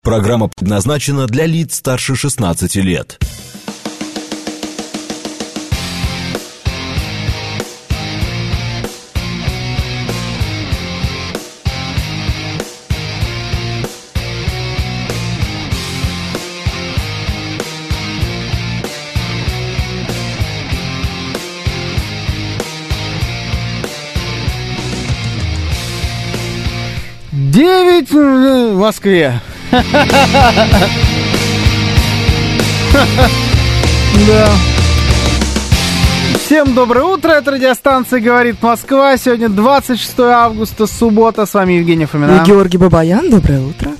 Программа предназначена для лиц старше 16 лет. Девять в Москве. Да. Всем доброе утро, это радиостанция «Говорит Москва». Сегодня 26 августа, суббота. С вами Евгений Фомина. И Георгий Бабаян, доброе утро.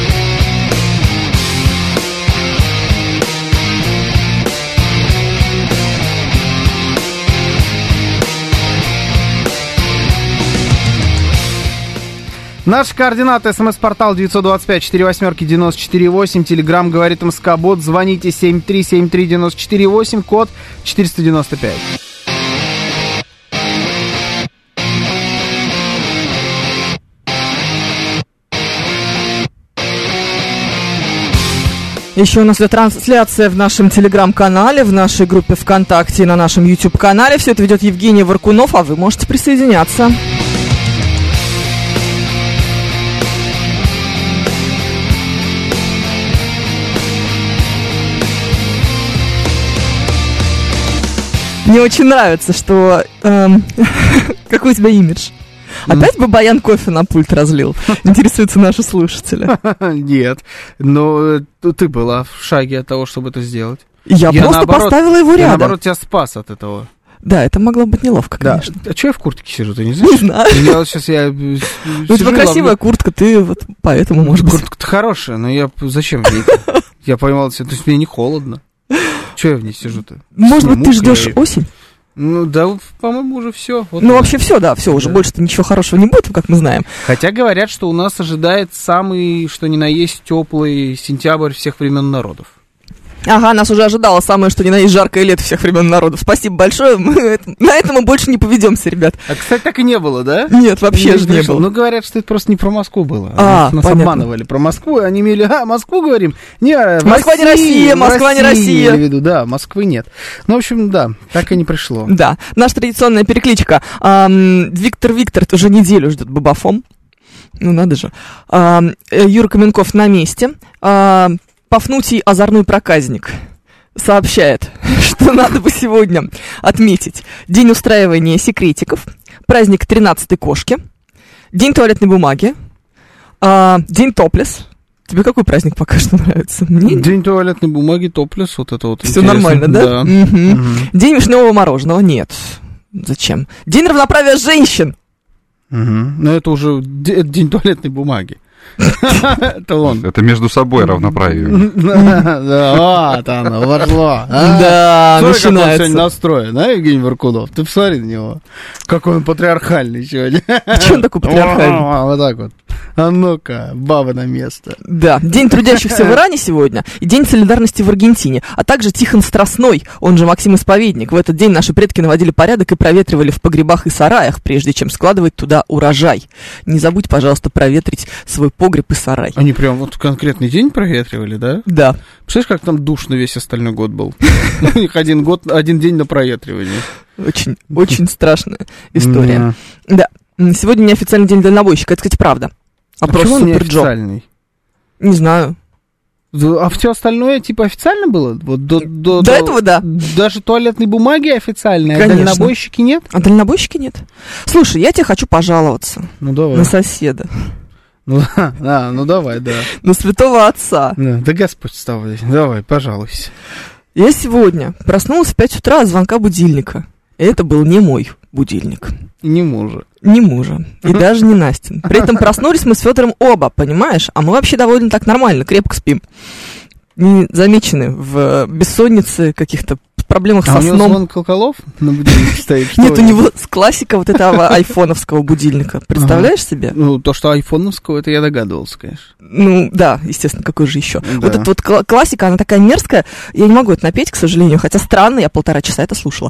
Наши координаты: СМС-портал 925-48-94-8, Телеграм «Говорит МСК-бот», звоните 7373-94-8, код 495. Еще у нас идет трансляция в нашем Телеграм-канале, в нашей группе ВКонтакте и на нашем YouTube-канале. Все это ведет Евгений Варкунов, а вы можете присоединяться. Мне очень нравится, что... Какой у тебя имидж? Опять Бабаян кофе на пульт разлил? Интересуются наши слушатели. Нет, но ты была в шаге от того, чтобы это сделать. Я просто наоборот, поставила его рядом. Я, наоборот, тебя спас от этого. Да, это могло быть неловко, конечно. Да. А что я в куртке сижу, ты не знаешь? Не знаю. У тебя красивая куртка, ты вот поэтому, может быть... Куртка-то хорошая, но я... Зачем мне это? Я поймал себя, то есть мне не холодно. Че я в ней сижу-то? Может быть, ты ждешь осень? Ну да, по-моему, уже все. Вот ну, вообще все, да, все, уже больше-то ничего хорошего не будет, как мы знаем. Хотя говорят, что у нас ожидает самый, что ни на есть, теплый сентябрь всех времен народов. Ага, нас уже ожидало самое, что ни на есть, жаркое лето всех времен народов. Спасибо большое. На этом мы больше не поведемся, ребят. А, кстати, так и не было, да? Нет, вообще же не было. Ну, говорят, что это просто не про Москву было. Нас понятно. Обманывали про Москву, и они имели, Москву говорим? Не, Москва не Россия, Москва не Россия. Я веду, да, Москвы нет. Ну, в общем, да, так и не пришло. Да, наша традиционная перекличка. Виктор уже неделю ждет Бабафом. Ну, надо же. Юра Каменков на месте. Пафнутий озорной проказник сообщает, что надо бы сегодня отметить день устраивания секретиков, праздник 13-й кошки, день туалетной бумаги, день топлес. Тебе какой праздник пока что нравится? Мне... День туалетной бумаги, топлес, вот это вот. Все нормально, да? Угу. День вишневого мороженого, нет. Зачем? День равноправия женщин. Но это уже день туалетной бумаги. Это он. Это между собой равноправие. Да, вот оно, вошло. Да, начинается. Как он сегодня настроен, а, Евгений Варкунов? Ты посмотри на него. Какой он патриархальный сегодня. Почему он такой патриархальный? Вот так вот. А ну-ка, баба на место. Да, день трудящихся в Иране сегодня и день солидарности в Аргентине, а также Тихон Страстной, он же Максим Исповедник. В этот день наши предки наводили порядок и проветривали в погребах и сараях, прежде чем складывать туда урожай. Не забудь, пожалуйста, проветрить свой погреб и сарай. Они прям вот конкретный день проветривали, да? Да. Представляешь, как там душно весь остальной год был? У них один день на проветривание. Очень, очень страшная история. Да. Сегодня неофициальный день дальнобойщика, это, кстати, правда. Почему он неофициальный? Не знаю. А все остальное, типа, официально было? Вот до этого, да. Даже туалетной бумаги официальной, а дальнобойщики нет? А дальнобойщики нет. Слушай, я тебе хочу пожаловаться на соседа. Ну давай, да. На святого отца. Да Господь с тобой, давай, пожалуйся. Я сегодня проснулась в 5 утра от звонка будильника. И это был не мой будильник. И не мужа. Не мужа. И даже не Настин. При этом проснулись мы с Федором оба, понимаешь? А мы вообще довольно так нормально, крепко спим. Не замечены в бессоннице, каких-то проблемах со сном. А у него звон колоколов на будильнике стоит? Нет, у него классика вот этого айфоновского будильника. Представляешь себе? Ну, то, что айфоновского, это я догадывался, конечно. Ну, да, естественно, какой же еще. Вот эта вот классика, она такая мерзкая. Я не могу это напеть, к сожалению, хотя странно, я 1,5 часа это слушала.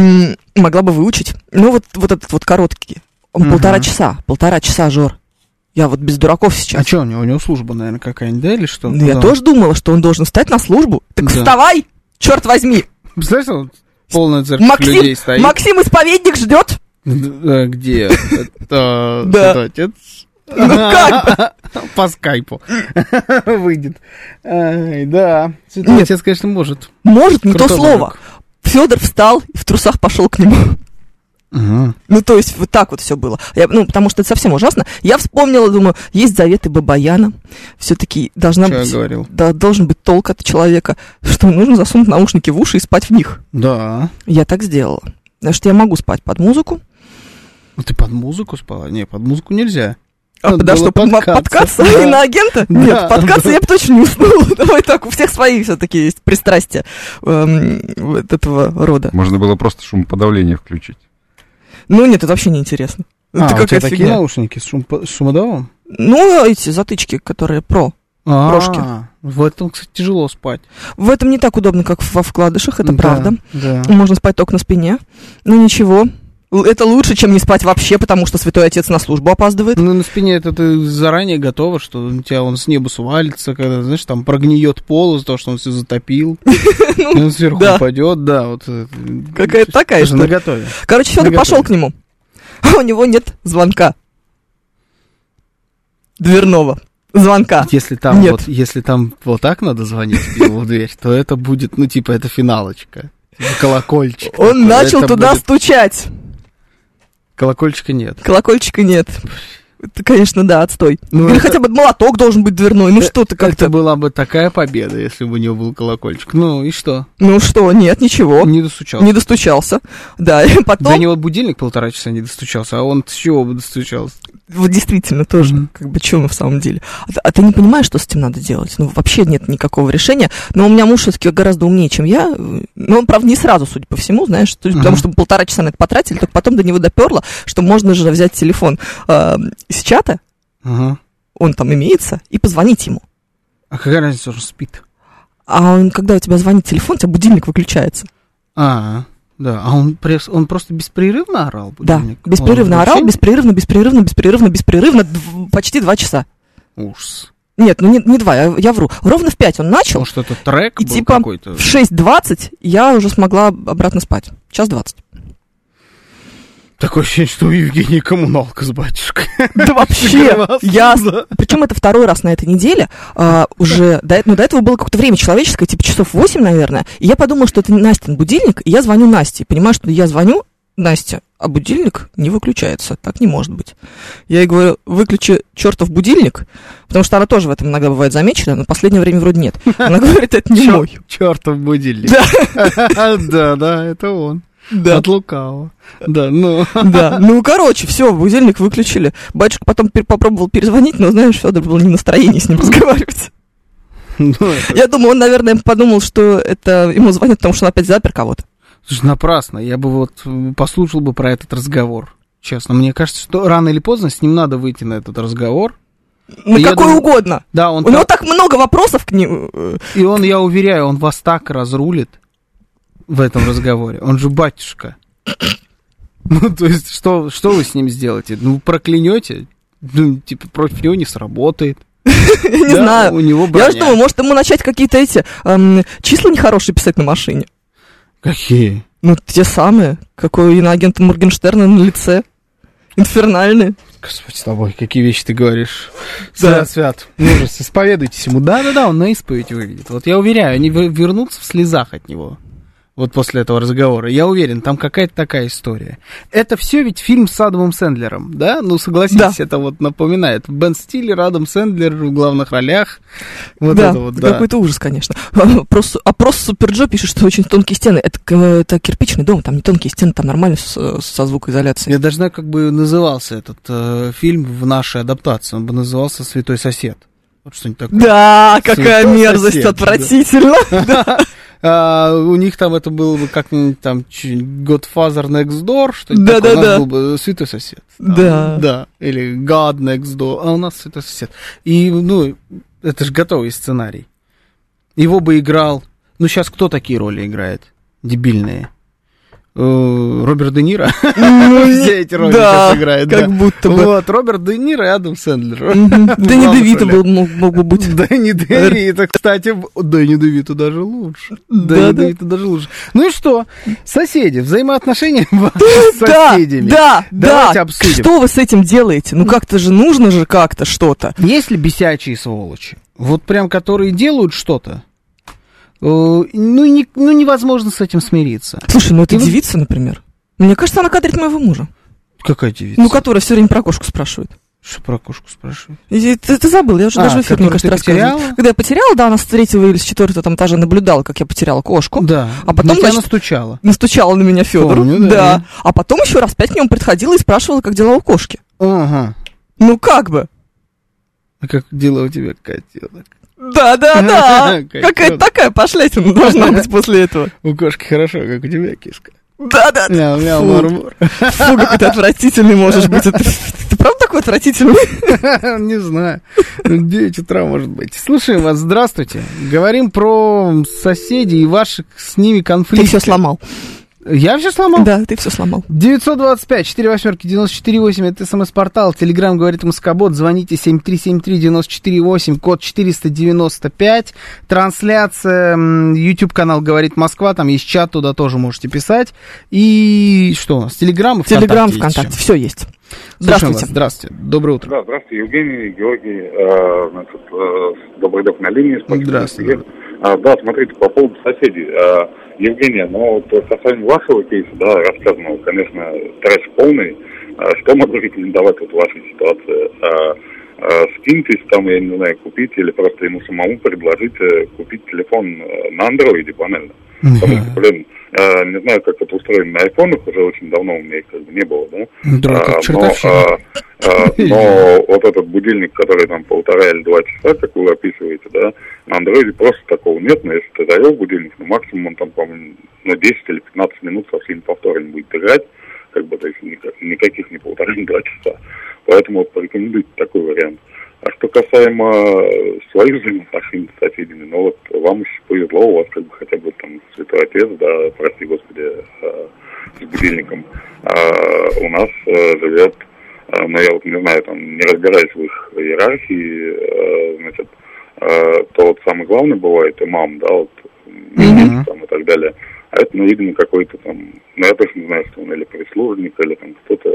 Могла бы выучить. Ну, вот этот вот короткий. Он 1,5 часа, Жор. Я вот без дураков сейчас. А что у него служба, наверное, какая-нибудь, да, или что? Ну, я тоже думала, что он должен встать на службу. Так вставай, черт возьми. Представляешь, он полная церковь людей стоит. Максим Исповедник ждет. Где? Да. Отец? Ну как? По скайпу выйдет. Да, Святой Отец, конечно, может. Может, не то слово. Федор встал и в трусах пошел к нему. Ну, то есть, вот так вот все было. Потому что это совсем ужасно. Я вспомнила, думаю, есть заветы Бабаяна. Все-таки должен быть толк от человека, что нужно засунуть наушники в уши и спать в них. Да. Я так сделала. Потому что я могу спать под музыку. Ты под музыку спала? Не, под музыку нельзя. Да что, подкаться и на агента? Нет, подкаться я бы точно не уснула. Давай так, у всех свои все-таки есть пристрастия этого рода. Можно было просто шумоподавление включить. Ну нет, это вообще неинтересно. Это у тебя такие наушники с шумодавом? Ну, эти затычки, которые прошки. В этом, кстати, тяжело спать. В этом не так удобно, как во вкладышах, это правда. Да. Можно спать только на спине. Ну ничего. Это лучше, чем не спать вообще, потому что Святой Отец на службу опаздывает. Ну, на спине это ты заранее готова, что у тебя он с неба свалится, когда, знаешь, там прогниет пол из-за того, что он все затопил, и он сверху упадет, да. Вот какая-то такая же наготове. Короче, Федор пошел к нему, а у него нет звонка. Дверного звонка. Если там вот так надо звонить в дверь, то это будет, ну, типа, это финалочка. Колокольчик. Он начал туда стучать. Колокольчика нет. Колокольчика нет. Это, конечно, да, отстой. Или хотя бы молоток должен быть дверной. Ну что ты как-то... Это была бы такая победа, если бы у него был колокольчик. Ну и что? Ну что, нет, ничего. Не достучался. Не достучался. Да, и потом... До него будильник 1,5 часа не достучался, а он с чего бы достучался? Вот действительно тоже, как бы, чего мы в самом деле. А ты не понимаешь, что с этим надо делать? Ну, вообще нет никакого решения. Но у меня муж все-таки гораздо умнее, чем я. Но он, правда, не сразу, судя по всему, знаешь, потому что 1,5 часа на это потратили, только потом до него доперло, что можно же взять телефон из чата, он там имеется, и позвонить ему. А какая разница, он спит? А он, когда у тебя звонит телефон, у тебя будильник выключается. Да, а он просто беспрерывно орал? Будильник? Да, беспрерывно орал, беспрерывно, почти 2 часа. Ужас. Нет, ну не 2, я вру. Ровно в 5 он начал. Может, это трек и был типа какой-то? В 6:20 я уже смогла обратно спать. 1:20. Такое ощущение, что у Евгении коммуналка с батюшкой. Да вообще, причем это второй раз на этой неделе, уже, до этого было какое-то время человеческое, типа часов 8, наверное, и я подумала, что это Настин будильник, и я звоню Насте, понимаю, что я звоню Насте, а будильник не выключается, так не может быть. Я ей говорю, выключи чертов будильник, потому что она тоже в этом иногда бывает замечена, но в последнее время вроде нет. Она говорит, это не мой. Чертов будильник. Да, это он. Да. От лукавого. Да, ну. Да, ну, короче, все, будильник выключили. Батюшка потом попробовал перезвонить, но, знаешь, Федор был не в настроении с ним разговаривать. Я думаю, он, наверное, подумал, что это ему звонят, потому что он опять запер кого-то. Слушай, напрасно. Я бы вот послушал бы про этот разговор. Честно, мне кажется, что рано или поздно с ним надо выйти на этот разговор. На какой угодно. Да, у него так много вопросов к нему. И он, я уверяю, он вас так разрулит в этом разговоре. Он же батюшка. Ну, то есть, что вы с ним сделаете? Ну, проклянете? Ну, типа, против него не сработает. Не знаю. У него броня. Я же думаю, может ему начать какие-то эти числа нехорошие писать на машине. Какие? Ну, те самые, как у иноагента Моргенштерна на лице. Инфернальные. Господи, с тобой, какие вещи ты говоришь. Да. Свят. Ну же, исповедуйтесь ему. Да, он на исповедь выйдет. Вот я уверяю, они вернутся в слезах от него. Вот после этого разговора. Я уверен, там какая-то такая история. Это все ведь фильм с Адамом Сэндлером, да? Ну, согласитесь, да. Это вот напоминает. Бен Стиллер, Адам Сэндлер в главных ролях. Вот да, это вот, да. Какой-то ужас, конечно. Опрос Суперджо пишет, что очень тонкие стены. Это кирпичный дом, там не тонкие стены, там нормально со звукоизоляцией. Я даже знаю, как бы назывался этот фильм в нашей адаптации. Он бы назывался «Святой сосед». Вот что-нибудь такое. Да, какая мерзость, сосед, отвратительно. Да. У них там это было бы как-нибудь там Godfather Next Door, что-нибудь такое. У нас был бы «Святой сосед». Да. Или God Next Door, а у нас «Святой сосед». И, ну, это же готовый сценарий. Его бы играл... Ну, сейчас кто такие роли играет? Дебильные. Роберт Де Ниро. Все эти роли сейчас играют. Как будто бы. Вот, Роберт Де Ниро и Адам Сэндлер. Дэнни Де Вито мог бы быть. Дэнни Де Вито, кстати, Дэнни Де Вито даже лучше. Дэнни Де Вито даже лучше. Ну и что? Соседи, взаимоотношения с соседями. Давайте обсудим. Что вы с этим делаете? Ну как-то же нужно же как-то что-то. Есть ли бесячие сволочи? Вот прям, которые делают что-то? Невозможно с этим смириться. Слушай, ну это девица, например. Мне кажется, она кадрит моего мужа. Какая девица? Ну, которая все время про кошку спрашивает. Что про кошку спрашивает? Ты забыл, я уже даже в эфире, мне кажется, рассказывала. Когда я потеряла, да, она с 3-го или с 4-го там этажа наблюдала, как я потеряла кошку. Да, а потом, она настучала. Настучала на меня Фёдор. Да. А потом еще раз 5 к нему приходила и спрашивала, как дела у кошки. Ага. Ну, как бы. А как дела у тебя, котенок? Да. Какая-то такая пошлятина должна быть после этого. У кошки хорошо, как у тебя, кишка. Да. Мяу-мяу, мур-мур. Фу, какой ты отвратительный можешь быть. Ты правда такой отвратительный? Не знаю. 9 утра, может быть. Слушаем вас, здравствуйте. Говорим про соседей и ваших с ними конфликтов. Ты все сломал. Я все сломал? Да, ты все сломал. 925-48-94-8, это СМС-портал, Телеграм говорит Москобот, звоните 7373-94-8, код 495, трансляция, YouTube-канал говорит Москва, там есть чат, туда тоже можете писать, и что у нас, Телеграм и ВКонтакте? Телеграм, ВКонтакте, все есть. Здравствуйте. Здравствуйте, доброе утро. Да, здравствуйте, Евгений, Георгий, добрый день на линии. Здравствуйте. Да, смотрите, по поводу соседей. Евгения, вот касаемо вашего кейса, да, рассказанного, конечно, трэш полный. Что могу рекомендовать в вашей ситуации? Скиньтесь там, я не знаю, купить или просто ему самому предложить купить телефон на андроиде банально. Потому что, блин, не знаю, как это устроено на айфонах, уже очень давно у меня их как бы не было, да? Но вот этот будильник, который там 1,5 или 2 часа, как вы описываете, да, на андроиде просто такого нет, но если ты завел будильник, ну максимум он там, по-моему, 10 или 15 минут со всеми повторами будет играть, как бы, то есть никаких не 1,5-2 часа. Поэтому вот порекомендуйте такой вариант. А что касаемо своих взаимоотношений с соседями, ну вот вам еще повезло, у вас как бы хотя бы там святой отец, да, прости господи, с будильником. У нас живет, ну я вот не знаю, там не разбираюсь в их иерархии, значит, то вот самый главный бывает имам, да, вот, там и так далее. А это, ну, видимо, какой-то там, ну, я точно не знаю, что он или прислужник, или там кто-то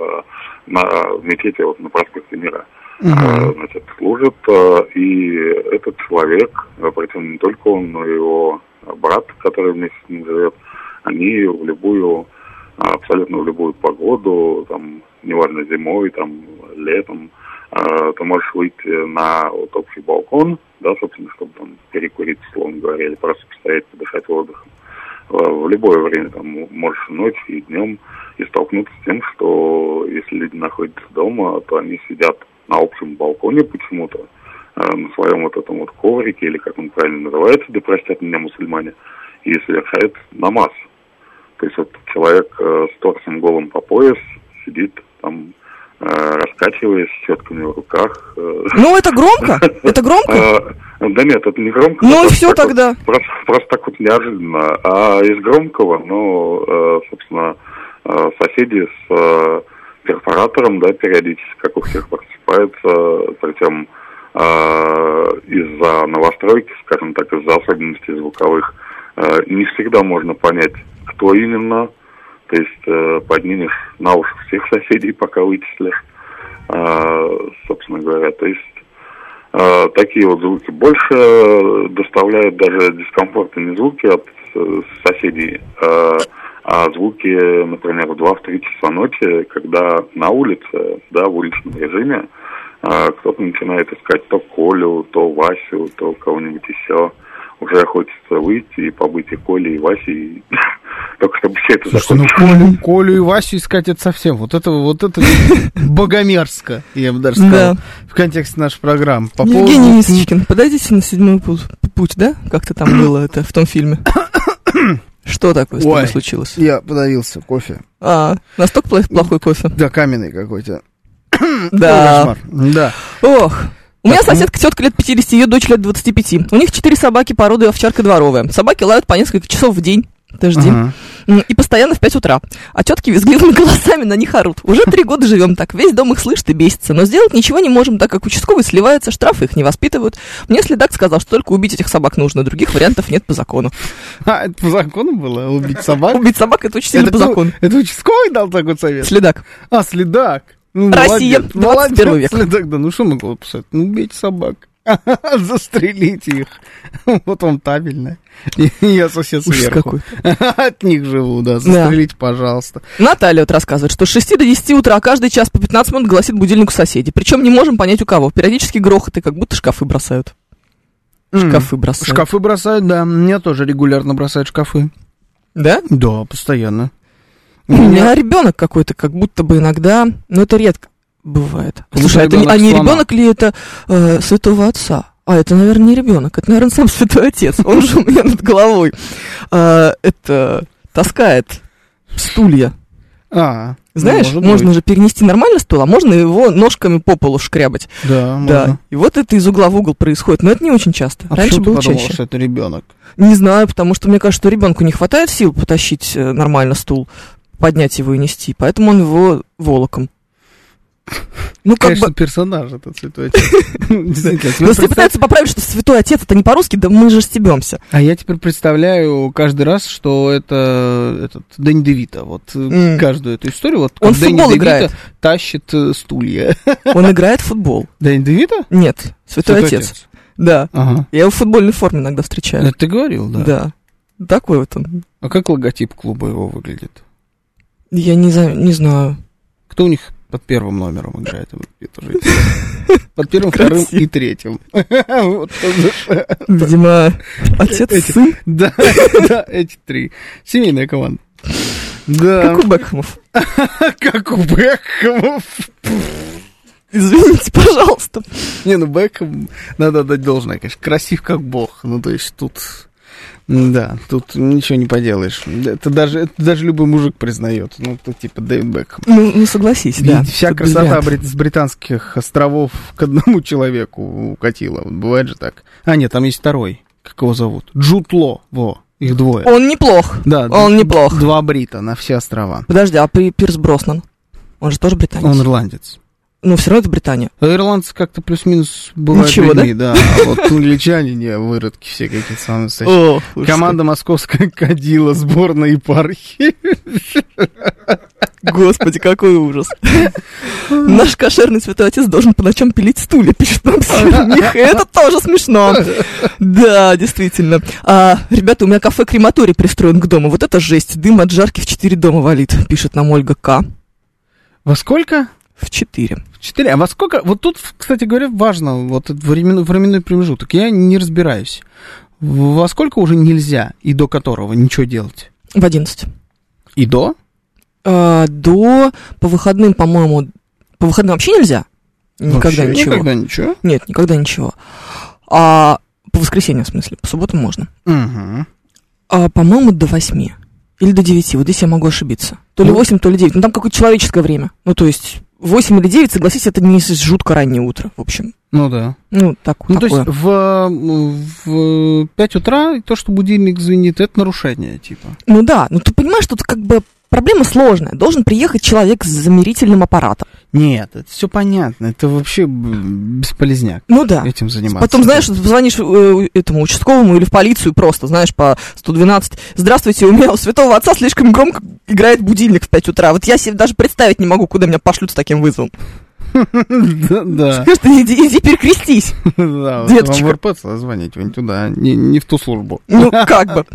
в мечети вот на проспекте Мира. Значит, служит, и этот человек, причем не только он, но и его брат, который вместе с ним живет, они в любую, абсолютно в любую погоду, там, неважно, зимой, там, летом, ты можешь выйти на вот общий балкон, да, собственно, чтобы там перекурить, условно говоря, или просто постоять, подышать воздухом. В любое время, там, можешь и ночью, и днем, и столкнуться с тем, что если люди находятся дома, то они сидят на общем балконе почему-то, на своем вот этом вот коврике, или как он правильно называется, да простят меня мусульмане, и совершает намаз. То есть вот человек с торсом голым по пояс сидит там, раскачиваясь, с щетками в руках. Ну, это громко? Это громко? Да нет, это не громко. Ну и все тогда. Вот, просто так вот неожиданно. А из громкого, ну, собственно, соседи с перфоратором, да, периодически, как у всех, просыпаются, причем из-за новостройки, скажем так, из-за особенностей звуковых, не всегда можно понять, кто именно. То есть поднимешь на уши всех соседей, пока вычислишь, собственно говоря. То есть такие вот звуки. Больше доставляют даже дискомфорта не звуки от соседей, а звуки, например, в 2-3 часа ночи, когда на улице, да, в уличном режиме, кто-то начинает искать то Колю, то Васю, то кого-нибудь еще. Уже хочется выйти и побыть и Колей, и Васей, только чтобы все это закончилось. Ну, Колю и Васю искать это совсем, вот это богомерзко, я бы даже сказал, в контексте нашей программы. Евгений Мисочкин, подойдите на 7-й путь, да? Как-то там было это в том фильме. Что такое с тобой случилось? Я подавился кофе. Настолько плохой кофе? Да, каменный какой-то. Да. Да. Ох. У меня соседка, тетка лет 50, ее дочь лет 25. У них 4 собаки породы овчарка дворовая. Собаки лают по несколько часов в день. Подожди. И постоянно в 5 утра. А тетки визгливыми голосами на них орут. Уже 3 года живем так. Весь дом их слышит и бесится. Но сделать ничего не можем, так как участковый сливается, штрафы их не воспитывают. Мне следак сказал, что только убить этих собак нужно. Других вариантов нет по закону. А, это по закону было? Убить собак? Убить собак — это очень сильно по закону. Это участковый дал такой совет? Следак. А, следак. Ну, Россия, молодец, 21 век. Следак, да, ну что могло писать? Ну, убейте собак. Застрелите их. Вот вам табельное. Я сосед сверху. От них живу, да. Застрелите, пожалуйста. Наталья вот рассказывает, что с 6 до 10 утра каждый час по 15 минут гласит будильник у соседей. Причем не можем понять у кого. Периодически грохоты, как будто шкафы бросают. Шкафы бросают. Шкафы бросают, да. Меня тоже регулярно бросают шкафы. Да? Да, постоянно. У меня ребенок какой-то, как будто бы иногда, но это редко бывает. Слушай, это не ребенок ли это святого отца? А, это, наверное, не ребенок, это, наверное, сам святой отец. Он же у меня над головой. Это таскает стулья. Знаешь, можно же перенести нормально стул, а можно его ножками по полу шкрябать. Да, можно. Да. И вот это из угла в угол происходит, но это не очень часто. А раньше было чаще. Подумала, чаще. Что это ребенок? Не знаю, потому что мне кажется, что ребенку не хватает сил потащить нормально стул, поднять его и нести, поэтому он его волоком. Ну, конечно, персонаж этот святой отец. Но все пытаются поправить, что святой отец это не по-русски, да мы же стебемся. А я теперь представляю каждый раз, что это этот Дэнни Девито. Вот каждую эту историю, вот он как Дэнни Девито играет. Тащит стулья. Он играет в футбол. Дэнни Девито? Нет, святой отец. Да. Ага. Я его в футбольной форме иногда встречаю. Это ты говорил, да? Да. Такой вот он. А как логотип клуба его выглядит? Я не знаю. Кто у них под первым номером играет? Под первым, вторым и третьим. Видимо, отец, сын. Да, эти три. Семейная команда. Да. Как у Бекхэмов. Как у Бекхэмов. Извините, пожалуйста. Не, ну Бекхэм, надо отдать должное, конечно, красив как бог. Ну, то есть тут... Да, тут ничего не поделаешь. Это даже любой мужик признает. Ну, это типа Дэвид Бекхэм. Ну, согласись, да. Вся красота с британских островов к одному человеку укатила. Вот бывает же так. А, нет, там есть второй. Как его зовут? Джуд Ло. Во, их двое. Он неплох. Да, он неплох. 2 брита на все острова. Подожди, а Пирс Броснан? Он же тоже британец. Он ирландец. Ну, все равно это Британия. А ирландцы как-то плюс-минус бывают ничего, людьми, да? А вот англичане, не, выродки все какие-то самые настоящие. Команда московская кадила, сборная епархии. Господи, какой ужас. Наш кошерный святой отец должен по ночам пилить стулья, пишет нам Смирних. Это тоже смешно. Да, действительно. Ребята, у меня кафе-крематорий пристроен к дому. Вот это жесть. Дым от жарки в 4 дома валит, пишет нам Ольга К. Во сколько? В 4. В 4. А во сколько? Вот тут, кстати говоря, важно, вот этот временной промежуток. Я не разбираюсь. Во сколько уже нельзя и до которого ничего делать? В 11. И до? По выходным, по-моему... По выходным вообще нельзя? Никогда ничего. Никогда ничего? Нет, никогда ничего. А по воскресеньям, в смысле, по субботам можно. Угу. По-моему, до 8. Или до 9. Вот здесь я могу ошибиться. То ли 8, то ли 9. Ну, там какое-то человеческое время. Ну, то есть... 8 или 9, согласись, это не жутко раннее утро, в общем. Ну да. Ну, такое. То есть в 5 утра то, что будильник звенит, это нарушение, типа. Ну да, ну ты понимаешь, тут как бы проблема сложная. Должен приехать человек с замерительным аппаратом. Нет, это все понятно, это вообще бесполезняк. Ну да. Этим заниматься. Потом, знаешь, позвонишь этому участковому или в полицию просто, знаешь, по 112. Здравствуйте, у меня у святого отца слишком громко играет будильник в 5 утра. Вот я себе даже представить не могу, куда меня пошлют с таким вызовом. Да. Скажи, иди перекрестись. Да, деточка. Вам в РПЦ звонить, вы не туда, не в ту службу. Ну, как бы.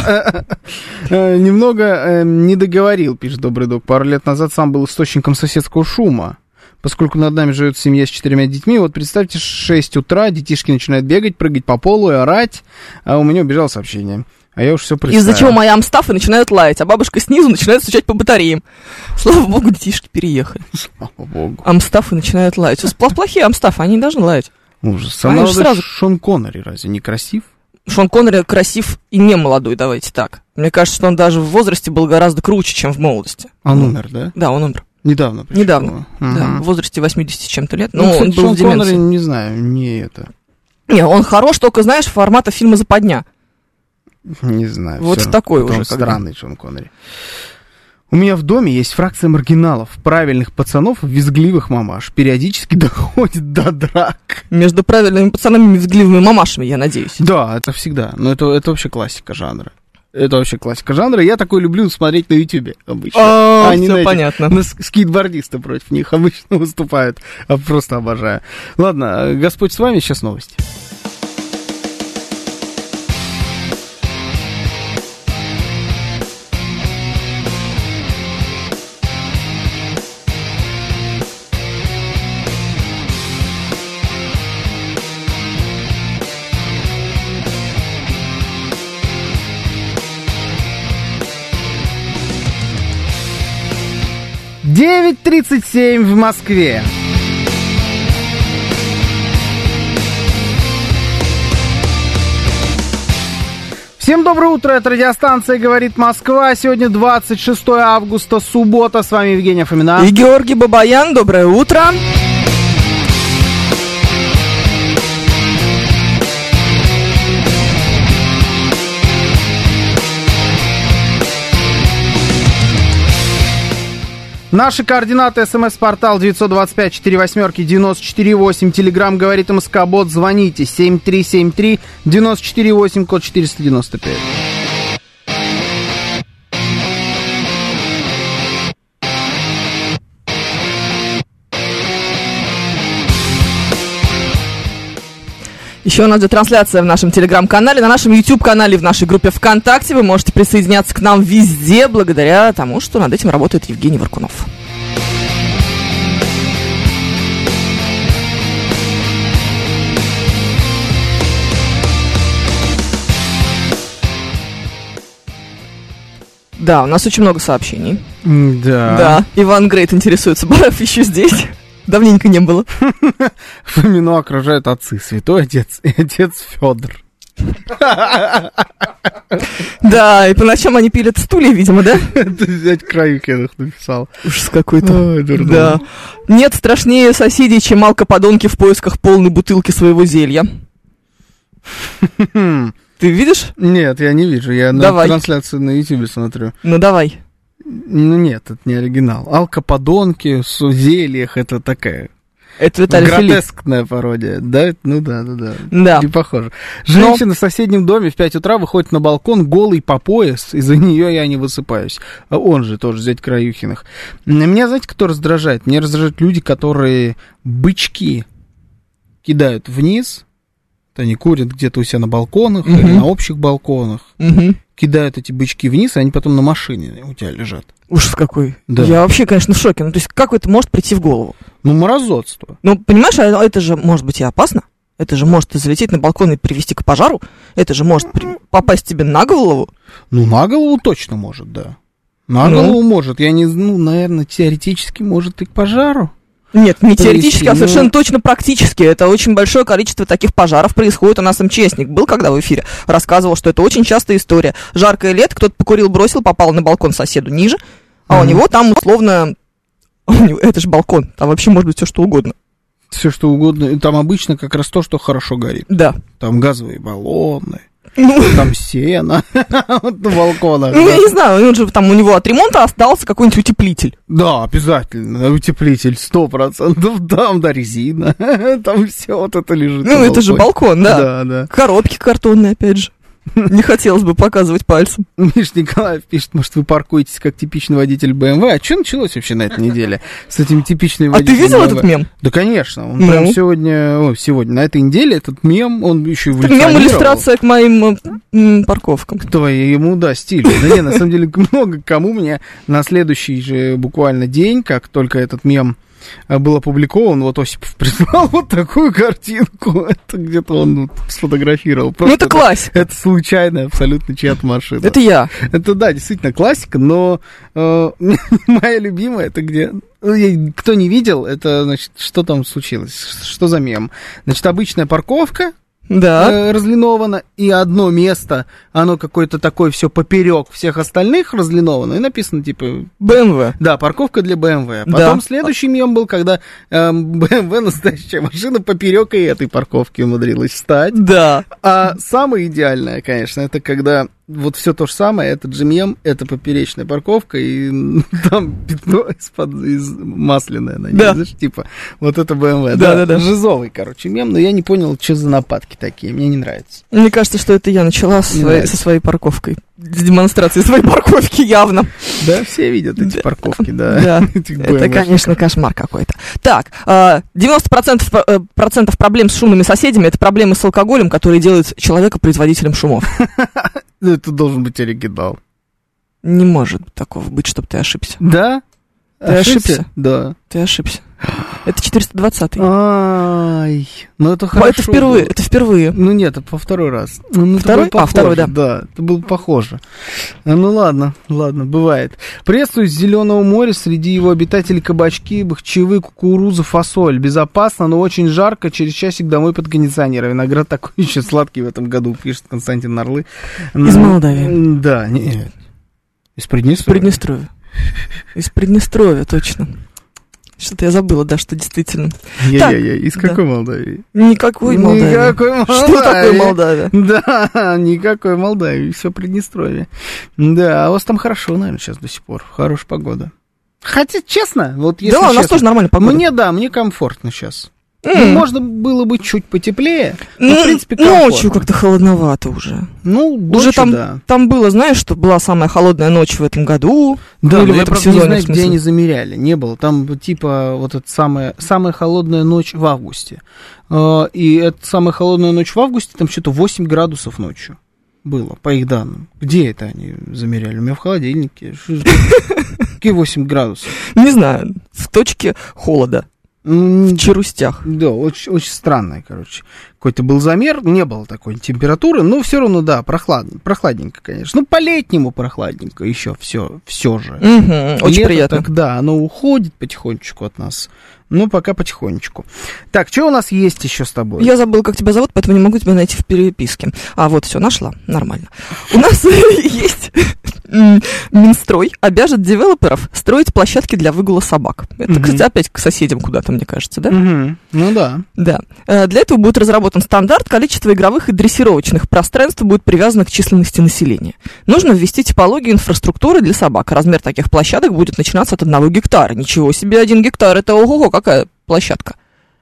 Немного не договорил, пишет Добрый Док. Пару лет назад сам был источником соседского шума. Поскольку над нами живет семья с 4 детьми, вот представьте, 6 утра, детишки начинают бегать, прыгать по полу и орать, а у меня убежало сообщение. А я уж все представил. Из-за чего мои амстафы начинают лаять, а бабушка снизу начинает стучать по батареям. Слава богу, детишки переехали. Слава богу. Амстафы начинают лаять. Плохие амстафы, они не должны лаять. Ужас. Сразу... Шон Коннери разве не красив? Шон Коннери красив и не молодой, давайте так. Мне кажется, что он даже в возрасте был гораздо круче, чем в молодости. Он умер, да? Да, он умер. Недавно. Недавно, да, в возрасте 80 с чем-то лет. Но он был Шон в деменции. Коннери, не знаю, не это. Не, он хорош, только, знаешь, формата фильма «Западня». Не знаю. Вот такой уже. Странный Шон Коннери. У меня в доме есть фракция маргиналов, правильных пацанов и визгливых мамаш. Периодически доходит до драк. Между правильными пацанами и визгливыми мамашами, я надеюсь. Да, это всегда. Но это вообще классика жанра. Это вообще классика жанра. Я такой люблю смотреть на Ютубе обычно. Все понятно. Скейтбордисты против них обычно выступают. Просто обожаю. Ладно, Господь с вами, сейчас новости. Девять 37 в Москве. Всем доброе утро, это радиостанция «Говорит Москва». Сегодня 26 августа, суббота. С вами Евгения Фомина. И Георгий Бабаян. Доброе утро. Наши координаты: СМС-портал 925-48-94-8, Телеграм «Говорит МСК-бот», звоните 7373-94-8, код 495. Еще у нас идет трансляция в нашем Телеграм-канале, на нашем YouTube-канале, в нашей группе ВКонтакте. Вы можете присоединяться к нам везде, благодаря тому, что над этим работает Евгений Варкунов. Да, у нас очень много сообщений. Да, Иван Грейт интересуется, Барев еще здесь. Давненько не было. Фомину окружают отцы, святой отец и отец Федор. Да, и по ночам они пилят стулья, видимо, да? Это взять Краюкиных написал. Ужас какой-то. Да. Нет страшнее соседей, чем алкоподонки в поисках полной бутылки своего зелья. Ты видишь? Нет, я не вижу. Я на трансляцию на YouTube смотрю. Ну, давай. Ну, нет, это не оригинал. Алкоподонки в зельях, это такая... Это Виталий гротескная пародия, да? Ну да. Да. Не похоже. Женщина в соседнем доме в 5 утра выходит на балкон голый по пояс, из-за нее я не высыпаюсь. Он же тоже зять Краюхиных. Меня, знаете, кто раздражает? Меня раздражают люди, которые бычки кидают вниз, они курят где-то у себя на балконах или на общих балконах, кидают эти бычки вниз, и они потом на машине у тебя лежат. Ужас какой. Да. Я вообще, конечно, в шоке. Ну, то есть, как это может прийти в голову? Ну, мразотство. Ну, понимаешь, это же может быть и опасно. Это же может залететь на балкон и привести к пожару. Это же может попасть тебе на голову. Ну, на голову точно может, да. На голову может. Я не знаю, наверное, теоретически может и к пожару. Нет, не теоретически, а совершенно точно практически. Это очень большое количество таких пожаров происходит. У нас МЧСник был, когда в эфире рассказывал, что это очень частая история. Жаркое лето, кто-то покурил, бросил, попал на балкон соседу ниже, а у него там условно... Это же балкон, там вообще может быть все что угодно. Все что угодно. Там обычно как раз то, что хорошо горит. Да. Там газовые баллоны. Там сено на балконах. Ну, я не знаю, он же там у него от ремонта остался какой-нибудь утеплитель. Да, обязательно, утеплитель, 100%. Там, да, резина, там все вот это лежит. Ну, это же балкон, да. Да. Коробки картонные, опять же. Не хотелось бы показывать пальцем. Миш Николаев пишет, может, вы паркуетесь как типичный водитель BMW. А что началось вообще на этой неделе с этим типичным водителем? А ты видел BMW? этот мем? Да, конечно. Он прям сегодня, на этой неделе этот мем, он еще эволюционировал. Мем-иллюстрация к моим парковкам. Кто ему, да, стиль. Да не, на самом деле, много кому мне на следующий же буквально день, как только этот мем был опубликован, вот Осипов прислал вот такую картинку. Это где-то он сфотографировал. Просто это классика. Это случайно абсолютно чья-то машина. Это я. Это, да, действительно классика, но моя любимая, это где... Кто не видел, это, значит, что там случилось? Что за мем? Значит, обычная парковка, Да. разлиновано, и одно место, оно какое-то такое все поперек всех остальных разлиновано, и написано типа... BMW. Да, парковка для BMW. Да. Потом следующий мем был, когда BMW, настоящая машина, поперек и этой парковки умудрилась встать. Да. А самое идеальное, конечно, это когда вот все то же самое, это же мем, это поперечная парковка, и там пятно масляное на ней, Да. знаешь, типа, вот это BMW. Да. Жизовый, короче, мем, но я не понял, что за нападки такие, мне не нравится. Мне кажется, что это я начала со своей парковкой. С демонстрацией своей парковки явно. Да, все видят эти парковки, да. Да, этих это, BMW. конечно, кошмар какой-то. Так, 90% процентов проблем с шумными соседями — это проблемы с алкоголем, которые делают человека производителем шумов. Это должен быть оригинал. Не может такого быть, чтобы ты ошибся. Да? Ты ошибся? Да. Ты ошибся. Это 420-й. Ай, ну это хорошо. Это впервые, было. это впервые. Ну нет, это по второй раз. Ну, это Второй? было похоже, Второй, да. Да, это было похоже. Ну ладно, бывает. Приветствую с Зеленого моря, среди его обитателей кабачки, бахчевые, кукуруза, фасоль. Безопасно, но очень жарко, через часик домой под кондиционер. Виноград такой еще сладкий в этом году, пишет Константин Нарлы. Из Молдавии. Да, нет. Из Приднестровья. Приднестровья. Из Приднестровья, точно. Что-то я забыла, да, что действительно. Из да. какой Молдавии? Никакой Молдавии. Никакой Молдавии. Что такое Молдавия? Да, никакой Молдавии, все Приднестровье. Да, а у вас там хорошо, наверное, сейчас до сих пор. Хорошая погода. Хотя, честно, вот если да, у нас честно, тоже нормальная погода. Мне комфортно сейчас. Ну, можно было бы чуть потеплее, но, в принципе, ночью комфортно. как-то холодновато уже. Ну, Уже ночью, там, да. там было, знаешь, что была самая холодная ночь в этом году. Да, ну, или но в я, этом правда, не сезоне, знаю, в смысле. где они замеряли. Не было. Там, типа, вот эта самая холодная ночь в августе. И эта самая холодная ночь в августе, там что-то 8 градусов ночью было, по их данным. Где это они замеряли? У меня в холодильнике. Какие 8 градусов? Не знаю, в точке холода. В Чарустях. Да, очень, очень странное, короче. Какой-то был замер, не было такой температуры, но все равно, да, прохладненько, конечно. Ну, по-летнему прохладненько еще все же. Очень Лето, приятно. Так, да, оно уходит потихонечку от нас. Ну, пока потихонечку. Так, что у нас есть еще с тобой? Я забыла, как тебя зовут, поэтому не могу тебя найти в переписке. А, вот, все, нашла. Нормально. У нас есть... Минстрой обяжет девелоперов строить площадки для выгула собак. Это, кстати, опять к соседям куда-то, мне кажется, да? Ну да. Да. Для этого будет разработан стандарт, количество игровых и дрессировочных пространств будет привязано к численности населения. Нужно ввести типологию инфраструктуры для собак. Размер таких площадок будет начинаться от 1 гектара. Ничего себе, 1 гектар, это ого-го, какая площадка.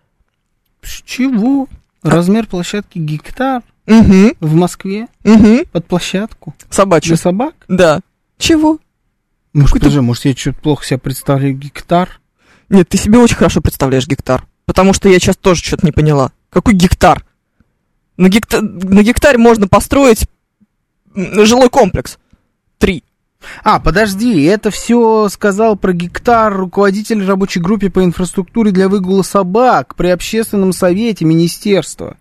С чего? Размер площадки гектар Угу. в Москве Угу. под площадку Собачью. для собак? Да. Чего? Может, я что-то плохо себе представляю гектар? Нет, ты себе очень хорошо представляешь гектар. Потому что я сейчас тоже что-то не поняла. Какой гектар? На гектаре можно построить жилой комплекс. 3. А, подожди, это все сказал про гектар руководитель рабочей группы по инфраструктуре для выгула собак при общественном совете министерства.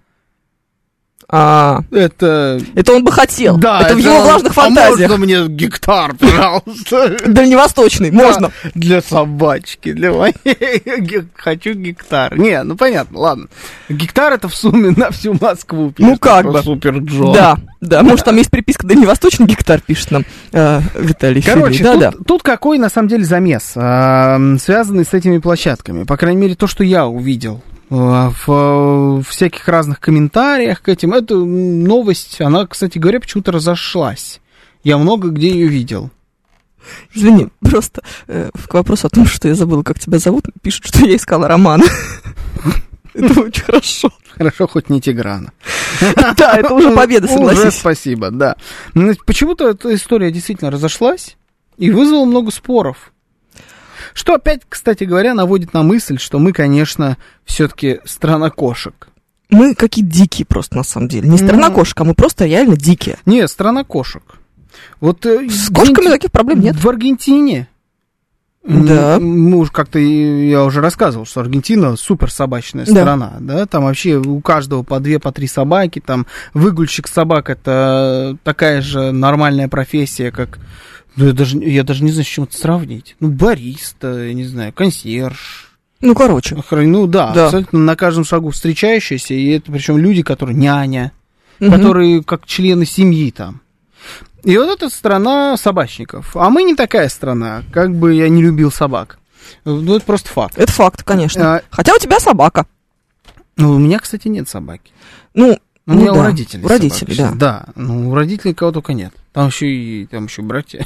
Это он бы хотел. Да, это в его влажных фантазиях. А можно мне гектар, пожалуйста? Дальневосточный, можно. Да, для собачки, для моей. Хочу гектар. Не, ну понятно, ладно. Гектар это в сумме на всю Москву. Ну как бы. Супер Джо. Да, может там есть приписка «Дальневосточный гектар», пишет нам Виталий Филипп. Короче, тут какой на самом деле замес, связанный с этими площадками. По крайней мере, то, что я увидел в всяких разных комментариях к этим. Эта новость, она, кстати говоря, почему-то разошлась. Я много где ее видел. Извини, просто к вопросу о том, что я забыла, как тебя зовут, пишут, что я искала романа. Это очень хорошо. Хорошо, хоть не Тиграна. Да, это уже победа, согласись. Уже спасибо, да. Почему-то эта история действительно разошлась и вызвала много споров. Что опять, кстати говоря, наводит на мысль, что мы, конечно, все-таки страна кошек. Мы какие-то дикие просто, на самом деле. Не страна кошек, а мы просто реально дикие. Не, страна кошек. Вот с кошками таких проблем нет. В Аргентине. Да. Мы уж как-то, я уже рассказывал, что Аргентина супер собачная страна, да, там вообще у каждого по 2, по 3 собаки, там выгульщик собак это такая же нормальная профессия, как, я даже не знаю, с чем это сравнить, бариста, я не знаю, консьерж, Ну, короче. Ну да, Да. абсолютно на каждом шагу встречающиеся, и это причем люди, которые няня, которые как члены семьи там. И вот это страна собачников. А мы не такая страна, как бы я не любил собак. Ну, это просто факт. Это факт, конечно. Хотя у тебя собака. Ну, у меня, кстати, нет собаки. Ну, У меня да. у родителей. У родителей, собака. да. Да, ну, у родителей кого только нет. Там еще братья.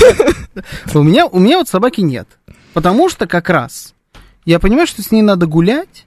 У меня вот собаки нет. Потому что как раз я понимаю, что с ней надо гулять,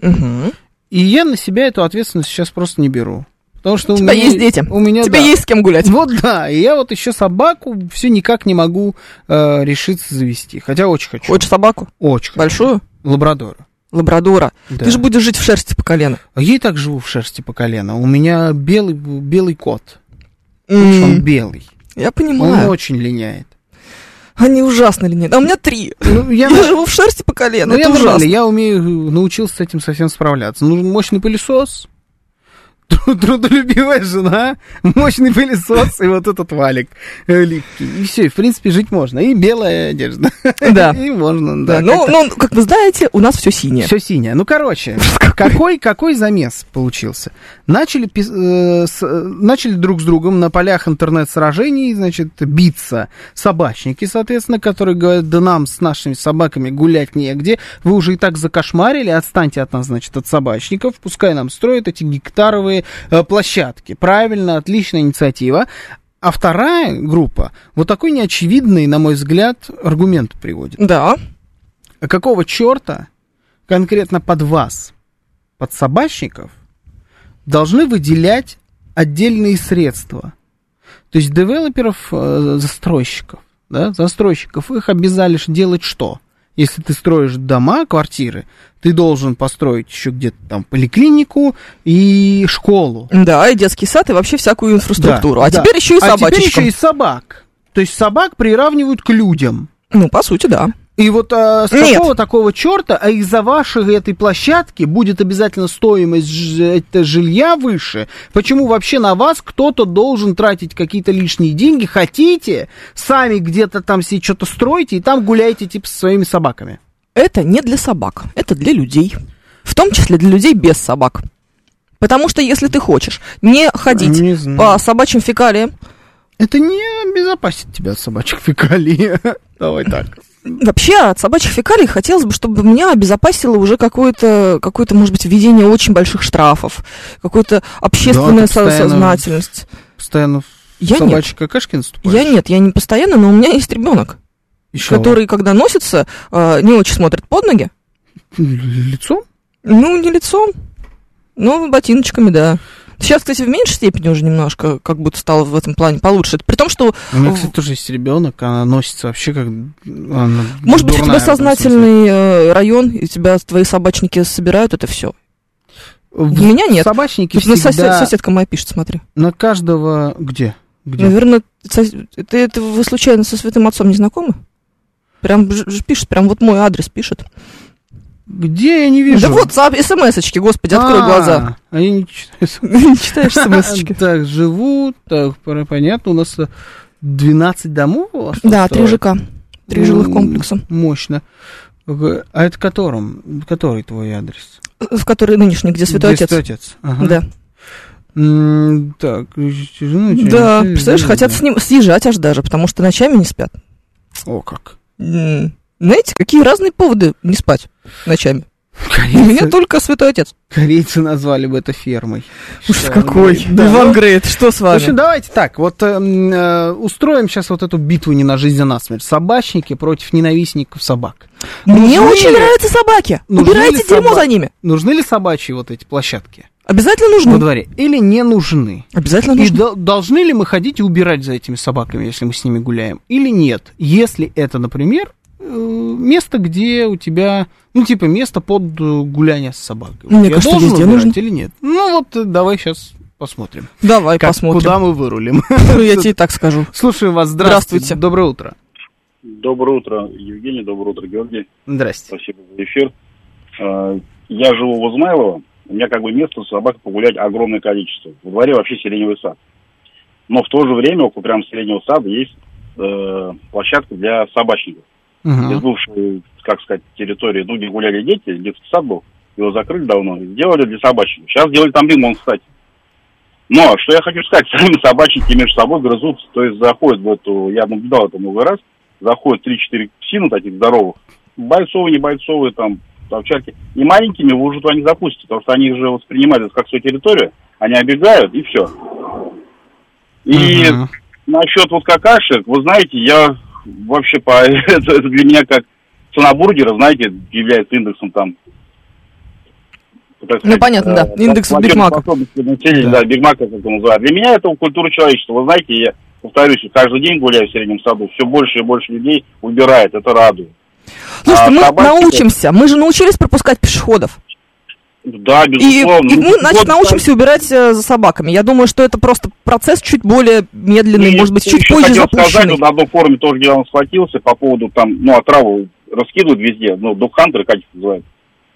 и я на себя эту ответственность сейчас просто не беру. Потому что у тебя есть дети, у меня, тебе есть с кем гулять. Вот да, и я вот еще собаку все никак не могу решиться завести. Хотя очень хочу. Хочешь собаку? Очень Большую? Лабрадора. Лабрадора. Да. Ты же будешь жить в шерсти по колено. А я и так живу в шерсти по колено. У меня белый кот. Он белый. Я Он понимаю. очень линяет. Они ужасно линяют. А у меня 3. Ну, Я живу в шерсти по колено. Ну, Это ужасно. я научился с этим совсем справляться. Нужен мощный пылесос, трудолюбивая жена, мощный пылесос и вот этот валик липкий. И все, в принципе, жить можно. И белая одежда. Да. И можно, Да. да. Ну, как вы знаете, у нас все синее. Все синее. Ну, короче, какой замес получился? Начали друг с другом на полях интернет-сражений, значит, биться собачники, соответственно, которые говорят, да нам с нашими собаками гулять негде, вы уже и так закошмарили, отстаньте от нас, значит, от собачников, пускай нам строят эти гектаровые площадки. Правильно, отличная инициатива. А вторая группа вот такой неочевидный, на мой взгляд, аргумент приводит. Да. А какого черта конкретно под вас, под собачников, должны выделять отдельные средства? То есть девелоперов, застройщиков, да, застройщиков, их обязали делать что? Если ты строишь дома, квартиры, ты должен построить еще где-то там поликлинику и школу. Да, и детский сад, и вообще всякую инфраструктуру. Да, а теперь еще и собачечкам. А теперь еще и собак. То есть собак приравнивают к людям. Ну, по сути, да. И вот с какого такого черта, а из-за вашей этой площадки будет обязательно стоимость жилья выше? Почему вообще на вас кто-то должен тратить какие-то лишние деньги? Хотите, сами где-то там себе что-то строите и там гуляете типа со своими собаками? Это не для собак, это для людей. В том числе для людей без собак. Потому что если ты хочешь не ходить по собачьим фекалиям... Это не обезопасит тебя от собачьих фекалий. Давай так. Вообще, от собачьих фекалий хотелось бы, чтобы меня обезопасило уже какое-то, может быть, введение очень больших штрафов, какая-то общественная сознательность. Постоянно в собачьи какашки наступаешь? Я не постоянно, но у меня есть ребенок, который, когда носится, не очень смотрит под ноги. Лицом? Ну, не лицом, но ботиночками, да. Сейчас, кстати, в меньшей степени уже немножко как будто стало в этом плане получше. При том, что... У меня, кстати, тоже есть ребенок, она носится вообще как... Может быть, у тебя сознательный район, и тебя твои собачники собирают это все. У меня нет. Собачники тут всегда... Соседка моя пишет, смотри. На каждого... Где? Наверное, вы случайно со святым отцом не знакомы? Прям пишет, прям вот мой адрес пишет. Где я не вижу? Да вот, смс-очки, господи, открой глаза. А я не читаю. Не читаешь смс-очки? Так, живу, так, понятно, у нас 12 домов у вас? Да, 3 ЖК, 3 жилых комплекса. Мощно. А это который твой адрес? В который нынешний, где Святой Отец. Святой Отец, ага. Да. Так, да, представляешь, хотят съезжать аж даже, потому что ночами не спят. О, как. Знаете, какие разные поводы не спать ночами? У меня только Святой Отец. Корейцы назвали бы это фермой. Уж какой. Да. Иван Грейт, что с вами? В общем, давайте так, вот устроим сейчас вот эту битву не на жизнь, а на смерть. Собачники против ненавистников собак. Мне очень нравятся собаки. Убирайте дерьмо за ними. Нужны ли собачьи вот эти площадки? Обязательно нужны. Во дворе. Или не нужны? Обязательно нужны. И должны ли мы ходить и убирать за этими собаками, если мы с ними гуляем? Или нет? Если это, например, место, где у тебя, место под гуляние с собакой. Мне кажется, везде нужно. Или нет? Ну вот, давай сейчас посмотрим. Давай посмотрим. Куда мы вырулим. Ну, я тебе так скажу. Слушаю вас, здравствуйте. Доброе утро. Доброе утро, Евгений, доброе утро, Георгий. Здрасте. Спасибо за эфир. Я живу в Измайлово, у меня места с собакой погулять огромное количество. Во дворе вообще сиреневый сад. Но в то же время около прям сиреневого сада есть площадка для собачников. из бывшей, как сказать, территории, ну, где гуляли дети, детский сад был, его закрыли давно, сделали для собачьих. Сейчас сделали там ремонт, кстати. Но, что я хочу сказать, сами собачники между собой грызутся, то есть заходят в эту, я наблюдал это много раз, заходят 3-4 псины таких здоровых, бойцовые, не бойцовые, там, овчарки, и маленькими вы уже туда не запустите, потому что они уже воспринимают это как свою территорию, они оббегают, и все. И насчет вот какашек, вы знаете, я вообще это для меня как цена бургера, знаете, является индексом там. Ну, понятно, да, индекс Биг Мака. Да, Биг Мака, как это называют. Для меня это культура человечества. Вы знаете, я повторюсь, каждый день гуляю в среднем саду, все больше и больше людей убирает, это радует. Слушайте, мы научимся, мы же научились пропускать пешеходов. Да, безусловно. И мы, значит, научимся убирать за собаками. Я думаю, что это просто процесс чуть более медленный, может быть, чуть позже запущенный. Сказать, на одном форуме тоже недавно схватился по поводу там, ну, отраву раскидывают везде, ну, духхантеры, как их называют.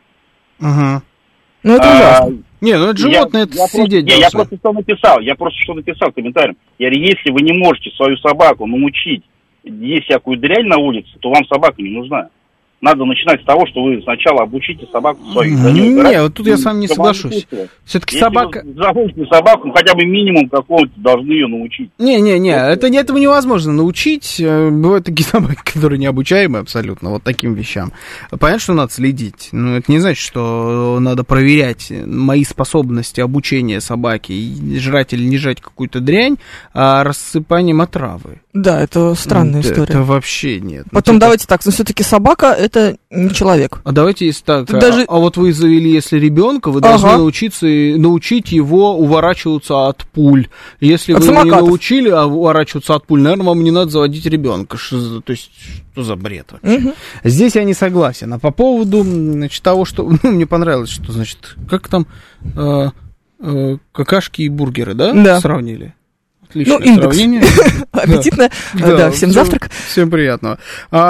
Ну, это ужасно. Не, ну это животное, это сидеть должно. Я просто что написал комментарием. Я говорю, если вы не можете свою собаку научить есть всякую дрянь на улице, то вам собака не нужна. Надо начинать с того, что вы сначала обучите собаку свою. Не, вот тут я с вами не соглашусь. Все-таки собака... Если вы заводите собаку, хотя бы минимум какого-то должны ее научить. Не, этого невозможно научить. Бывают такие собаки, которые необучаемы абсолютно вот таким вещам. Понятно, что надо следить. Но это не значит, что надо проверять мои способности обучения собаки, жрать или не жрать какую-то дрянь, рассыпанием отравы. Да, это странная история. Это вообще нет. Потом давайте так, но все-таки собака это не человек. А давайте если так. Даже... А вот вы завели, если ребенка, вы должны научить его уворачиваться от пуль. Если вы его не научили уворачиваться от пуль, наверное, вам не надо заводить ребенка. То есть, что за бред вообще? Здесь я не согласен. А по поводу, значит, того, что мне понравилось, что, значит, как там какашки и бургеры, да? Сравнили. Отличное сравнение. Аппетитно. Да, всем завтрак. Всем приятного.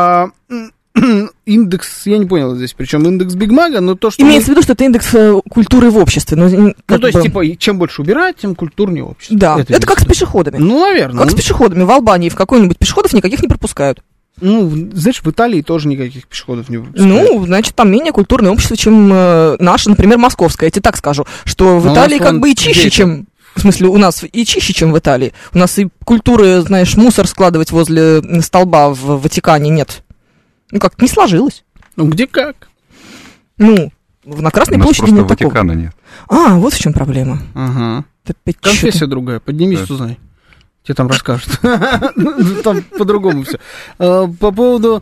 Индекс, я не понял здесь, причем индекс Биг Мага, но то, что... Имеется в виду, что это индекс культуры в обществе. то есть, типа, чем больше убирать, тем культурнее общество. Да, это как с пешеходами. Ну, наверное. Как с пешеходами. В Албании в какой-нибудь пешеходов никаких не пропускают. Ну, знаешь, в Италии тоже никаких пешеходов не пропускают. Ну, значит, там менее культурное общество, чем наше, например, московское. Я тебе так скажу, что в Италии как бы и чище, чем... В смысле, у нас и чище, чем в Италии. У нас и культуры, знаешь, мусор складывать возле столба в Ватикане нет. Ну, как-то не сложилось. Ну, где как? Ну, на Красной площади нет такого. Ватикана нет. Вот в чем проблема. Ага. Конфессия другая. Поднимись, узнай. Тебе там расскажут. Там по-другому все. По поводу...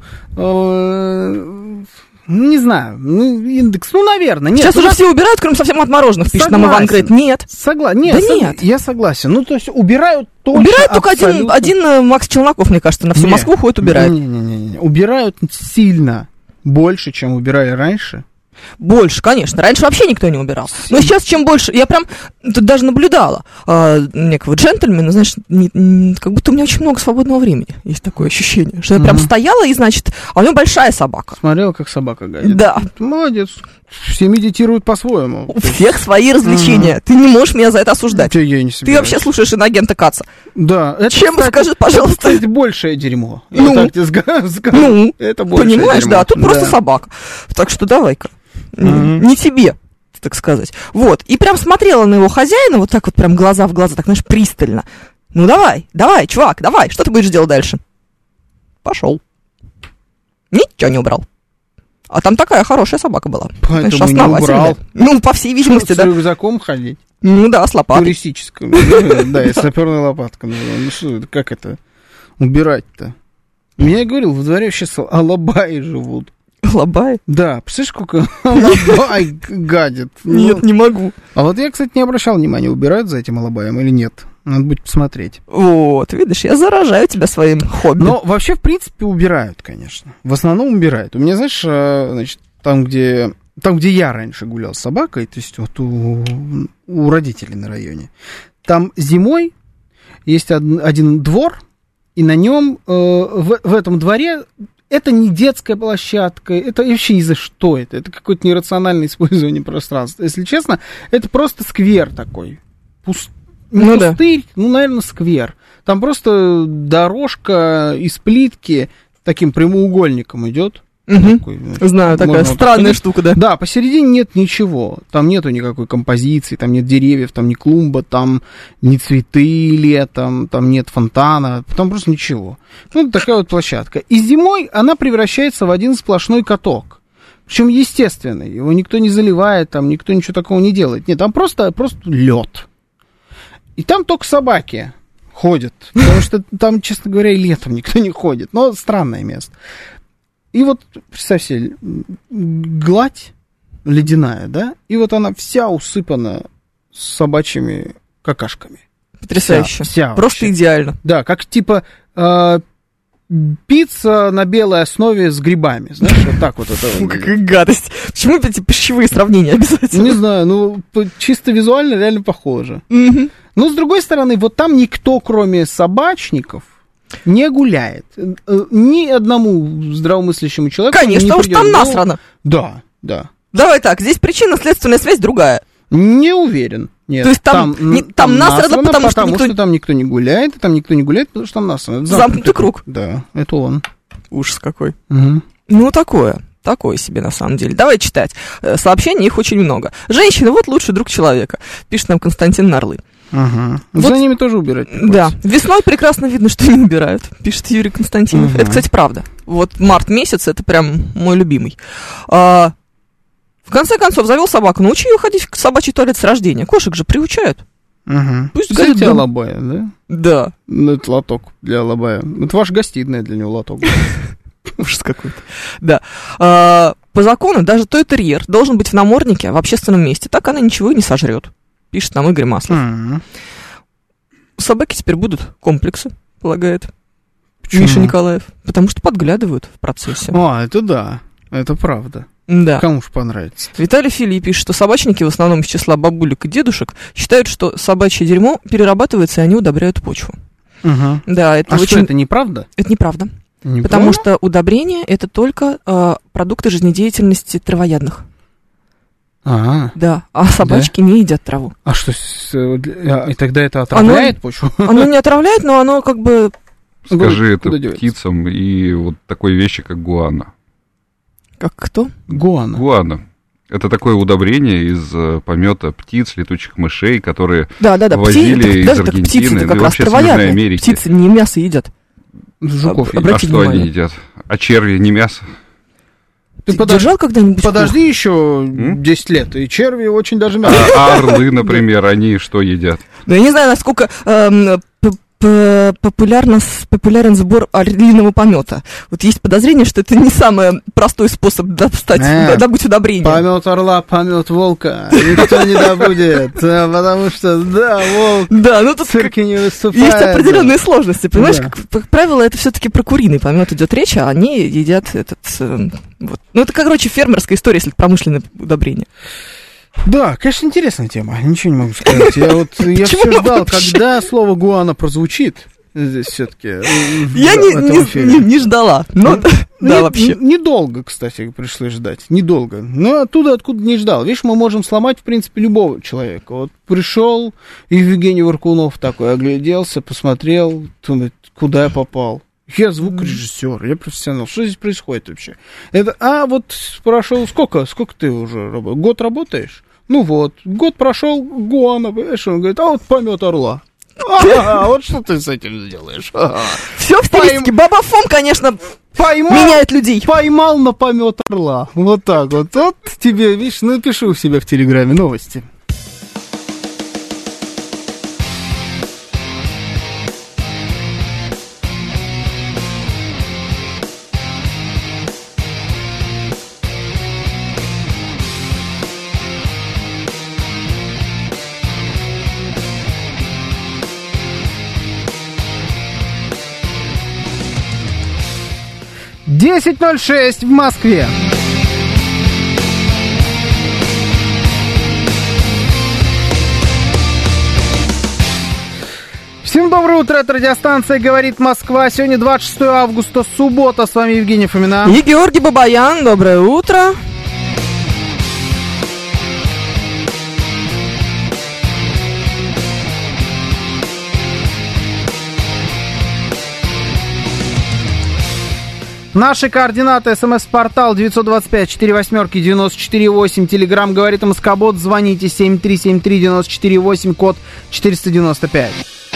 Не знаю, индекс, наверное, нет. Сейчас уже все убирают, кроме совсем отмороженных, пишет нам Иван Крейт. Нет. Нет, я согласен. Ну, то есть убирают точно. Убирают только один Макс Челноков, мне кажется, на всю Москву ходит, убирает. Не. Убирают сильно больше, чем убирали раньше. Больше, конечно. Раньше вообще никто не убирал. Но сейчас чем больше... Я прям тут даже наблюдала некого джентльмена, знаешь, как будто у меня очень много свободного времени. Есть такое ощущение. Что я прям стояла, и, значит... А у него большая собака. Смотрела, как собака гадит. Да. Молодец. Все медитируют по-своему. У всех свои развлечения. Ты не можешь меня за это осуждать. Я не Ты вообще слушаешь инагента Каца. Да. Это, чем, кстати, скажи, пожалуйста. Это, большее дерьмо. Это большее понимаешь, дерьмо. Да, тут просто собака. Так что давай-ка. Не тебе, так сказать. Вот. И прям смотрела на его хозяина, вот так вот прям глаза в глаза, так, знаешь, пристально. Ну, давай, чувак, давай, что ты будешь делать дальше? Пошел. Ничего не убрал. А там такая хорошая собака была. Поэтому основательная. Ну, по всей видимости, да. С рюкзаком ходить? Ну, да, с лопатой. Туристической. Да, и саперная лопатка. Ну, что это, как это убирать-то? Я говорил, во дворе сейчас алабаи живут. Алабай? Да, представляешь, сколько алабай гадит. Нет, не могу. А вот я, кстати, не обращал внимания, убирают за этим алабаем или нет. Надо будет посмотреть. Вот, видишь, я заражаю тебя своим хобби. Но вообще, в принципе, убирают, конечно. В основном убирают. У меня, знаешь, значит, там, где я раньше гулял с собакой, то есть вот у родителей на районе, там зимой есть один двор, и на нем в этом дворе... Это не детская площадка, это вообще ни за что это. Это какое-то нерациональное использование пространства. Если честно, это просто сквер такой. Пустырь, наверное, сквер. Там просто дорожка из плитки, таким прямоугольником идет. Мгм. Такой, Знаю, такая можно вот странная так штука, да. Да, посередине нет ничего. Там нету никакой композиции, там нет деревьев, там не клумба, там не цветы летом, там нет фонтана, там просто ничего. Ну, это такая вот площадка. И зимой она превращается в один сплошной каток. Причем естественный. Его никто не заливает, там никто ничего такого не делает. Нет, там просто лед. И там только собаки ходят. Потому что там, честно говоря, и летом никто не ходит. Но странное место. И вот, представь себе, гладь ледяная, да? И вот она вся усыпана собачьими какашками. Потрясающе. Вся Просто вообще. идеально. Да, как типа пицца на белой основе с грибами. Знаешь, вот так вот это Фу, выглядит. какая гадость. Почему эти пищевые сравнения обязательно? Не знаю, ну, чисто визуально реально похоже. Мгм. Но, с другой стороны, вот там никто, кроме собачников, не гуляет. Ни одному здравомыслящему человеку Конечно, не потому что придёт там в голову. насрано. Да, да. Давай так, здесь причинно-следственная связь другая. Не уверен. Нет. То есть там насрано, потому что никто- там никто не гуляет, и там никто не гуляет, потому что там насрано. Это Замкнутый круг. Да, это он. Ужас какой. Мгм. Ну, такое себе на самом деле. Давай читать. Сообщений их очень много. Женщина, вот лучший друг человека, пишет нам Константин Нарлы. Ага. Вот- За ними тоже убирать Да, приходится. весной прекрасно видно, что не убирают, пишет Юрий Константинов. Мгм. Это, кстати, правда. Вот март месяц, это прям мой любимый. В конце концов, завел собаку, научи ее ходить в собачий туалет с рождения. Кошек же приучают. Ага. Пусть Кстати, гадит дома. алабая, да? Да, Ну, это лоток для алабая. Это ваша гостиная для него лоток. ужас какой-то. Да. По закону даже той-терьер должен быть в наморднике в общественном месте. Так она ничего и не сожрет, пишет нам Игорь Маслов. Ага. У собаки теперь будут комплексы, полагает Почему? Миша Николаев. Потому что подглядывают в процессе. А, это да. Это правда. Да. Кому ж понравится. Виталий Филипп пишет, что собачники, в основном из числа бабулек и дедушек, считают, что собачье дерьмо перерабатывается, и они удобряют почву. Ага. Да, это А что, очень... это неправда? Это неправда. Неправда? Потому что удобрение – это только продукты жизнедеятельности травоядных. Ага. Да, а собачки не едят траву. А что, и тогда это отравляет почву? Оно не отравляет, но оно как бы... Скажи это Куда девается? птицам и вот такой вещи, как гуана. Как кто? Гуана. Гуана. Это такое удобрение из помета птиц, летучих мышей, которые Да. возили из Даже так Аргентины, птицы да как и раз вообще с Южной травоядные. Америки. Птицы не мясо едят. Жуков Обра- едят. А Обрати что внимание. они едят? А черви не мясо? Ты держал когда-нибудь? Подожди еще 10 лет, и черви очень даже мясо. А орлы, например, они что едят? Ну, я не знаю, насколько популярен сбор орлиного помета. Вот есть подозрение, что это не самый простой способ добыть удобрение. Помет орла, помет волка. Никто не добудет, потому что, да, волк Да, ну в тут цирке не выступает. есть определенные сложности, понимаешь? Да. Как правило, это все-таки про куриный помет идет речь, а они едят этот... вот. Ну, это, короче, фермерская история, если это промышленное удобрение. Да, конечно, интересная тема. Ничего не могу сказать. Я Почему все ждал, вообще? когда слово гуана прозвучит. Здесь все-таки. Я не ждала, но да, вообще. Недолго, кстати, пришлось ждать. Недолго. Но оттуда, откуда не ждал. Видишь, мы можем сломать, в принципе, любого человека. Вот пришел Евгений Варкунов такой, огляделся, посмотрел, думает, куда я попал. Я звукорежиссер, я профессионал. Что здесь происходит вообще? Вот прошел, сколько ты уже работаешь? Год работаешь? Ну вот, год прошел, гуана, понимаешь, он говорит, а вот помет орла. Вот что ты с этим сделаешь? Все в стилистике. Баба Фом, конечно, меняет людей. Поймал на помет орла. Вот так вот. Вот тебе, видишь, напишу у себя в Телеграме новости. «10:06 в Москве. Всем доброе утро, это радиостанция «Говорит Москва». Сегодня 26 августа, суббота. С вами Евгений Фомина. И Георгий Бабаян, доброе утро. Наши координаты. СМС-портал 925-48-94-8. Телеграм говорит МСК-бот. Звоните 7373-94-8, код 495.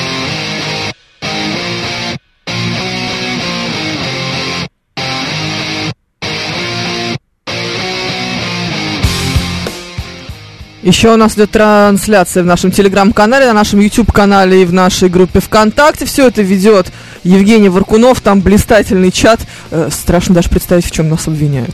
Еще у нас идет трансляция в нашем телеграм-канале, на нашем YouTube-канале и в нашей группе ВКонтакте. Все это ведет Евгений Варкунов, там блистательный чат. Страшно даже представить, в чем нас обвиняют.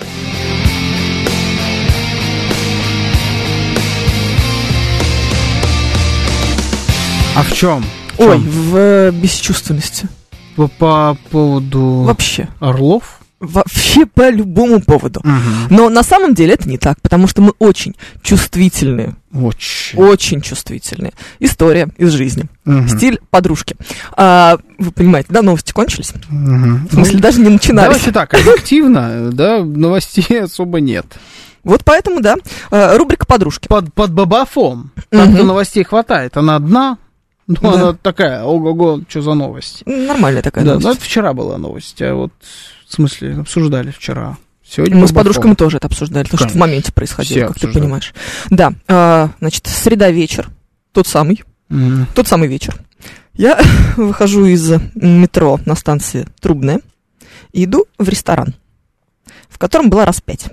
А в чем? Ой, в бесчувственности. По поводу Вообще. Орлов? Вообще по любому поводу. Но на самом деле это не так, потому что мы очень чувствительные. Очень чувствительные. История из жизни. Стиль подружки. Вы понимаете, да, новости кончились? В смысле, даже не начинались. Давайте так, объективно, да, новостей особо нет. Вот поэтому, да, рубрика подружки. Под бабафом. Там-то новостей хватает. Она одна. Ну, да. Она такая, ого-го, что за новость? Нормальная такая новость. Да, это вчера была новость, а вот, в смысле, обсуждали вчера. Сегодня мы с подружками тоже это обсуждали, потому что в моменте происходило, все как обсуждали. Ты понимаешь. Да, значит, среда вечер, тот самый вечер. Я выхожу из метро на станции Трубная и иду в ресторан, в котором была раз 5.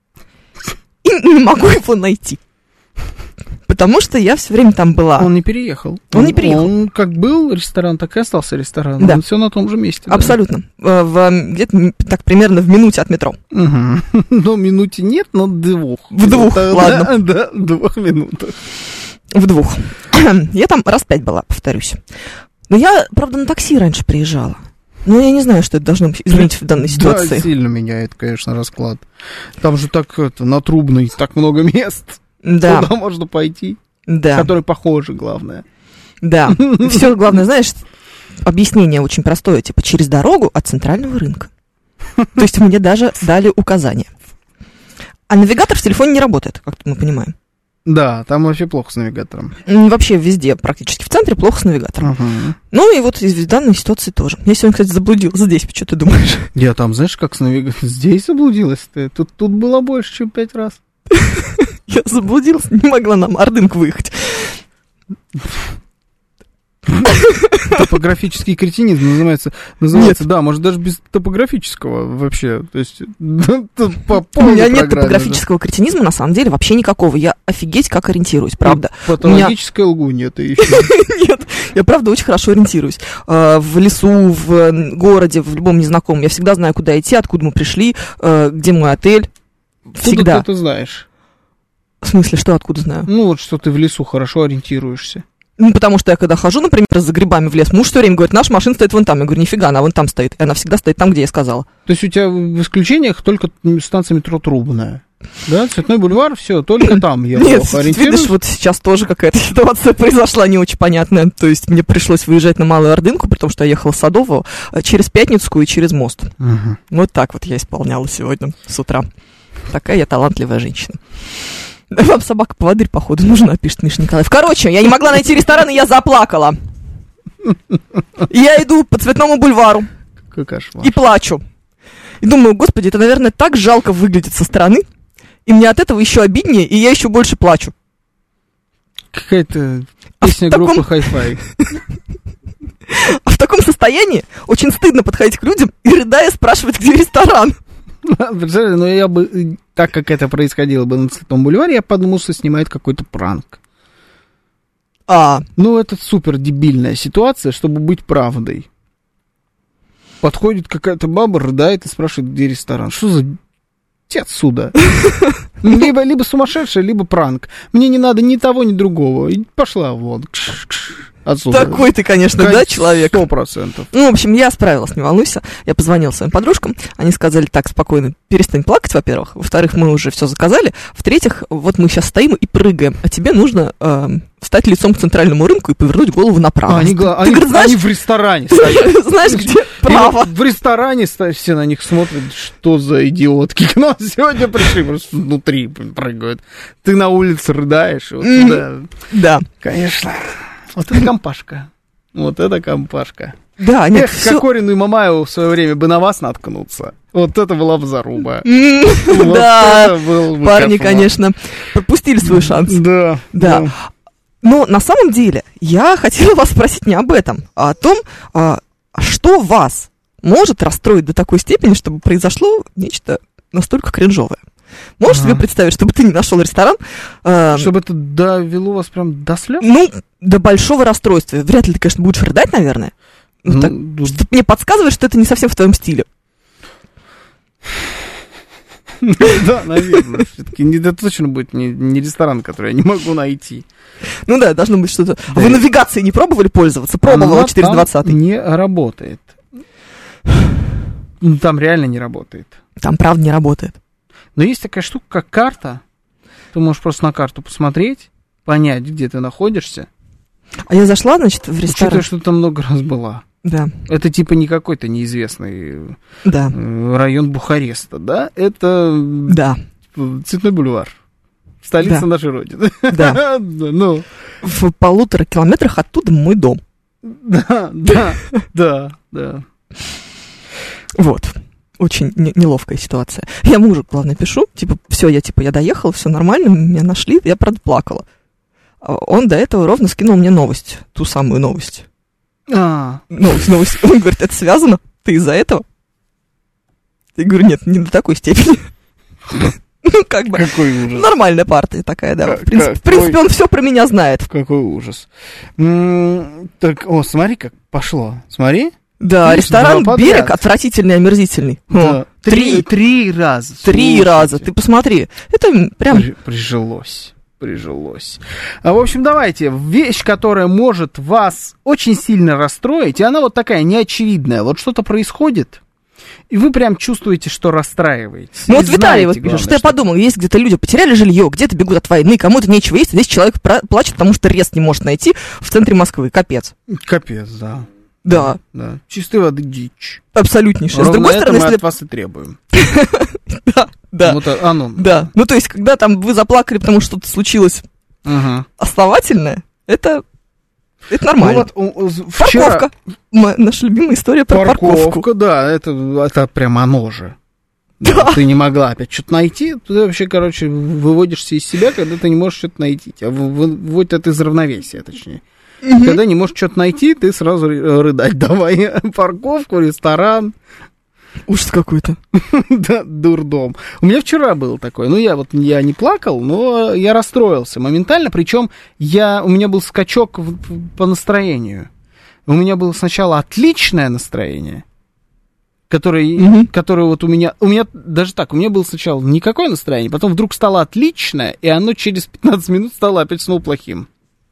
И не могу его найти. Потому что я все время там была. Он не переехал. Он как был ресторан, так и остался ресторан. Да. Он все на том же месте. Абсолютно. Да? Где-то так примерно в минуте от метро. Ну, минуте нет, но двух. В двух, ладно. Да, 2 минутах. В 2. Я там раз 5 была, повторюсь. Но я, правда, на такси раньше приезжала. Но я не знаю, что это должно изменить в данной ситуации. Да, сильно меняет, конечно, расклад. Там же так, на Трубной так много мест. Да. Куда можно пойти, да. Которые похожи, главное. Да, все главное, знаешь, объяснение очень простое, типа через дорогу от центрального рынка. То есть мне даже дали указания. А навигатор в телефоне не работает, как мы понимаем. Да, там вообще плохо с навигатором. Вообще везде, практически в центре, плохо с навигатором. Ну и вот из данной ситуации тоже. Я сегодня, кстати, заблудилась здесь, что ты думаешь? Я там, знаешь, как с навигатором? Здесь заблудилась ты. Тут было больше, чем 5 раз. Я заблудилась, не могла на Ордынку выехать. Топографический кретинизм называется. Нет. Да, может, даже без топографического вообще. То есть, у меня нет топографического кретинизма, на самом деле, вообще никакого. Я офигеть как ориентируюсь, правда. Патологическая лгунья ты еще. Нет, я правда очень хорошо ориентируюсь. В лесу, в городе, в любом незнакомом. Я всегда знаю, куда идти, откуда мы пришли, где мой отель. Всегда. Откуда ты знаешь? В смысле, что откуда знаю? Ну, вот что ты в лесу хорошо ориентируешься. Ну, потому что я когда хожу, например, за грибами в лес, муж все время говорит, наша машина стоит вон там. Я говорю, нифига, она вон там стоит. И она всегда стоит там, где я сказала. То есть у тебя в исключениях только станция метро Трубная? Да, Цветной бульвар, все, только там я плохо ориентируюсь. Видишь, вот сейчас тоже какая-то ситуация произошла не очень понятная. То есть мне пришлось выезжать на Малую Ордынку, при том, что я ехала с Садового, через Пятницкую и через мост. Вот так вот я исполняла сегодня с утра. Такая я талантливая женщина. Вам собака-поводырь, походу, нужна, пишет Миша Николаев. Короче, я не могла найти ресторан, и я заплакала. И я иду по Цветному бульвару. Какой кошмар. И плачу. И думаю, господи, это, наверное, так жалко выглядит со стороны. И мне от этого еще обиднее, и я еще больше плачу. Какая-то песня группы Hi-Fi. А в таком состоянии очень стыдно подходить к людям и, рыдая, спрашивать, где ресторан. Но я бы, так как это происходило бы на Цветном бульваре, я подумал, что снимает какой-то пранк. Ну, это супер дебильная ситуация, чтобы быть правдой. Подходит какая-то баба, рыдает и спрашивает, где ресторан. Что за... Иди отсюда. Либо сумасшедшая, либо пранк. Мне не надо ни того, ни другого. И пошла вон. Отсюда. Такой ты, конечно, да, человек? 100%. Ну, в общем, я справилась, не волнуйся. Я позвонила своим подружкам. Они сказали, так, спокойно, перестань плакать, во-первых. Во-вторых, мы уже все заказали. В-третьих, вот мы сейчас стоим и прыгаем. А тебе нужно встать лицом к центральному рынку и повернуть голову направо. Они в ресторане стоят. Знаешь, где право? В ресторане все на них смотрят, что за идиотки. К нам сегодня пришли, просто внутри прыгают. Ты на улице рыдаешь. Да. Конечно. Вот это компашка. Вот это компашка. Да, нет, Эх, Кокорину и Мамаеву в свое время бы на вас наткнуться. Вот это была бы заруба. Да, парни, конечно, пропустили свой шанс. Да. Но на самом деле я хотела вас спросить не об этом, а о том, что вас может расстроить до такой степени, чтобы произошло нечто настолько кринжовое. Можешь себе представить, чтобы ты не нашел ресторан? Чтобы это довело вас прям до слез? Ну, до большого расстройства. Вряд ли ты, конечно, будешь рыдать, наверное. Что-то мне подсказывает, что это не совсем в твоем стиле. Да, наверное. Все-таки это точно будет не ресторан, который я не могу найти. Ну да, должно быть что-то. Вы навигацией не пробовали пользоваться? Пробовала 420. Не работает. Там реально не работает. Там правда не работает. Но есть такая штука, как карта. Ты можешь просто на карту посмотреть, понять, где ты находишься. А я зашла, значит, в ресторан. Учитывая, что ты там много раз была. Да. Это типа не какой-то неизвестный район Бухареста, да? Это Цветной бульвар. Столица нашей Родины. Да. Ну. В 1,5 километрах оттуда мой дом. Да. Вот. Очень неловкая ситуация. Я мужу, главное, пишу, я доехала, все нормально, меня нашли, я, правда, плакала. Он до этого ровно скинул мне новость, ту самую новость. Новость. Он говорит, это связано? Ты из-за этого? Я говорю, нет, не до такой степени. Ну, как бы. Какой ужас. Нормальная партия такая, да. В принципе, он все про меня знает. Какой ужас. Так, смотри, как пошло. Смотри. Да, видишь, ресторан «Берег» отвратительный, омерзительный. Да. Три раза. Три раза, ты посмотри. Это прям... Прижилось. В общем, давайте. Вещь, которая может вас очень сильно расстроить, и она вот такая неочевидная. Вот что-то происходит, и вы прям чувствуете, что расстраиваетесь. Ну вот Виталий вот пишет, что я подумал, есть где-то люди потеряли жилье, где-то бегут от войны, кому-то нечего есть, а здесь человек плачет, потому что рест не может найти в центре Москвы. Капец. Капец, да. Да. Чистой воды дичь. Абсолютнейшая. С другой стороны, мы от вас и требуем. Да. Да. Ну, то есть, когда там вы заплакали, потому что что-то случилось основательное, это нормально. Парковка. Наша любимая история про парковку. Парковка, да, это прям оно же. Да. Ты не могла опять что-то найти, ты вообще, выводишься из себя, когда ты не можешь что-то найти. Выводит это из равновесия, точнее. Когда не можешь что-то найти, ты сразу рыдать давай. Парковку, ресторан. Ужас какой-то. Да, дурдом. У меня вчера было такое. Я не плакал, но я расстроился моментально. Причем у меня был скачок по настроению. У меня было сначала отличное настроение, которое вот у меня даже так, у меня было сначала никакое настроение, потом вдруг стало отличное, и оно через 15 минут стало опять снова плохим.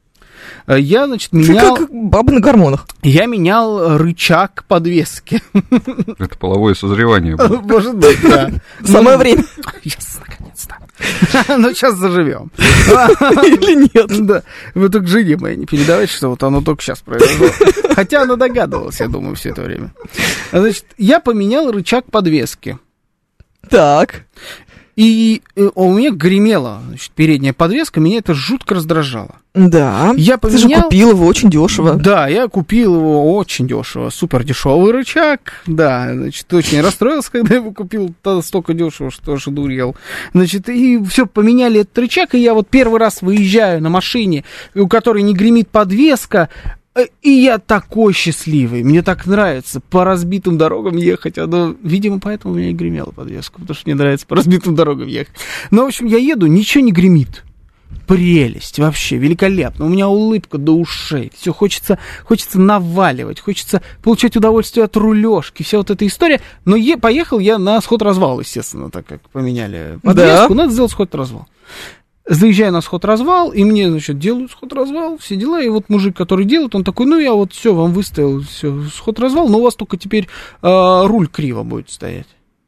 Я, менял... Как баба на гормонах. Я менял рычаг подвески. Это половое созревание было. Может быть, да. Самое время. Наконец-то. Ну, сейчас заживем. Или нет? Да. Вы только жене моей не передавайте, что вот оно только сейчас произошло. Хотя она догадывалась, я думаю, все это время. Значит, я поменял рычаг подвески. Так. И у меня гремела, передняя подвеска, меня это жутко раздражало. Да, ты же купил его очень дешево. Да, я купил его очень дешево, супер дешевый рычаг, да, очень расстроился, когда его купил, столько дешево, что аж дурел. И все, поменяли этот рычаг, и я вот первый раз выезжаю на машине, у которой не гремит подвеска, и я такой счастливый, мне так нравится по разбитым дорогам ехать. Видимо, поэтому у меня и гремела подвеска, потому что мне нравится по разбитым дорогам ехать. В общем, я еду, ничего не гремит. Прелесть, вообще, великолепно. У меня улыбка до ушей. Все хочется наваливать, хочется получать удовольствие от рулежки, вся вот эта история. Но поехал я на сход-развал, естественно, так как поменяли подвеску, надо сделать сход-развал. Заезжаю на сход-развал, и мне, делают сход-развал, все дела, и вот мужик, который делает, он такой, я вот все, вам выставил сход-развал, но у вас только теперь руль криво будет стоять.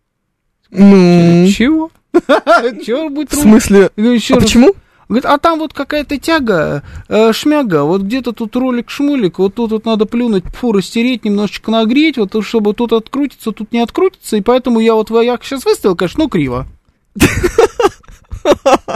Чего? Чего будет руль? В смысле? Почему? Говорит, а там вот какая-то тяга, шмяга, вот где-то тут ролик-шмулик, вот тут надо плюнуть, растереть, немножечко нагреть, вот чтобы тут открутится, тут не открутится, и поэтому я сейчас выставил, конечно, криво.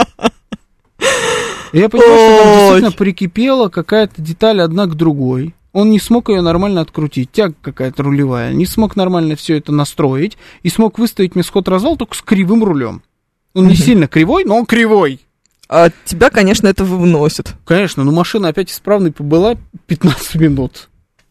Я понимаю, что там действительно прикипела какая-то деталь одна к другой. Он не смог ее нормально открутить, тяга какая-то рулевая, не смог нормально все это настроить и смог выставить мне сход-развал только с кривым рулем. Он не сильно кривой, но он кривой. А тебя, конечно, это выносит. Конечно, но машина опять исправной побыла 15 минут.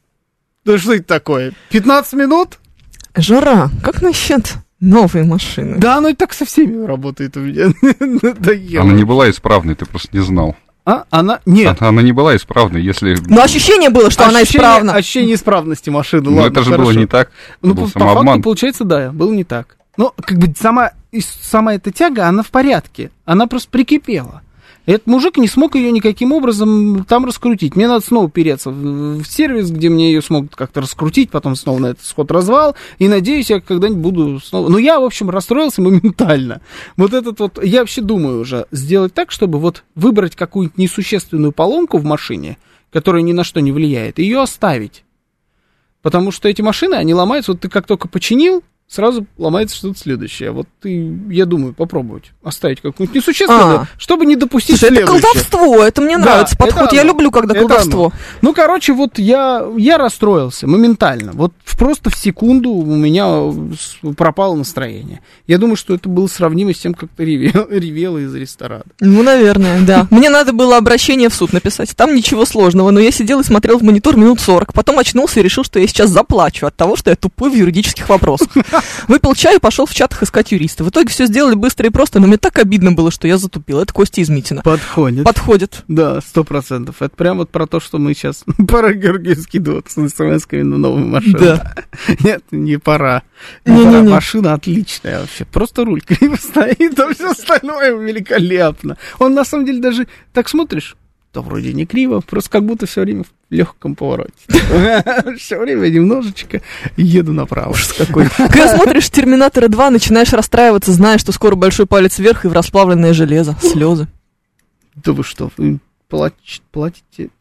Да что это такое? 15 минут? Жара, как насчет новой машины? Да, оно и так со всеми работает у меня. Она не была исправной, ты просто не знал. Она... Нет. Она не была исправной, если... Но ощущение было, что она исправна. Ощущение исправности машины, Но это же было не так. Ну, был по самообман. факту, получается, да, было не так. Но, как бы, сама эта тяга, она в порядке. Она просто прикипела. Этот мужик не смог ее никаким образом там раскрутить. Мне надо снова переться в сервис, где мне ее смогут как-то раскрутить, потом снова на этот сход-развал, и надеюсь, я когда-нибудь буду снова... Но я, в общем, расстроился моментально. Вот этот вот... Я вообще думаю уже сделать так, чтобы вот выбрать какую-нибудь несущественную поломку в машине, которая ни на что не влияет, и ее оставить. Потому что эти машины, они ломаются, вот ты как только починил, сразу ломается что-то следующее. Вот ты, я думаю, попробовать оставить какую-нибудь несущественную, чтобы не допустить Слушай, следующее. это колдовство, это мне нравится подход. Я люблю, когда это колдовство. Оно. Ну, короче, вот я расстроился моментально. Вот просто в секунду у меня пропало настроение. Я думаю, что это было сравнимо с тем, как ты ревела из ресторана. Ну, наверное, да. Мне надо было обращение в суд написать. Там ничего сложного, но я сидел и смотрел в монитор минут 40. Потом очнулся и решил, что я сейчас заплачу от того, что я тупой в юридических вопросах. Выпил чай и пошел в чатах искать юриста. В итоге все сделали быстро и просто, но мне так обидно было, что я затупил. Это Костя из Митина. Подходит. Да, 100%. Это прям вот про то, что мы сейчас... Пора Георгию скидываться с смс-ками на новую машину. Да. Нет, не пора. Не. Машина отличная вообще. Просто руль криво стоит, а все остальное великолепно. Он на самом деле даже... Так смотришь, то вроде не криво, просто как будто все время в легком повороте. Все время немножечко еду направо. Какой. Когда смотришь «Терминатора 2», начинаешь расстраиваться, зная, что скоро большой палец вверх и в расплавленное железо. Слезы. Да вы что, вы платите.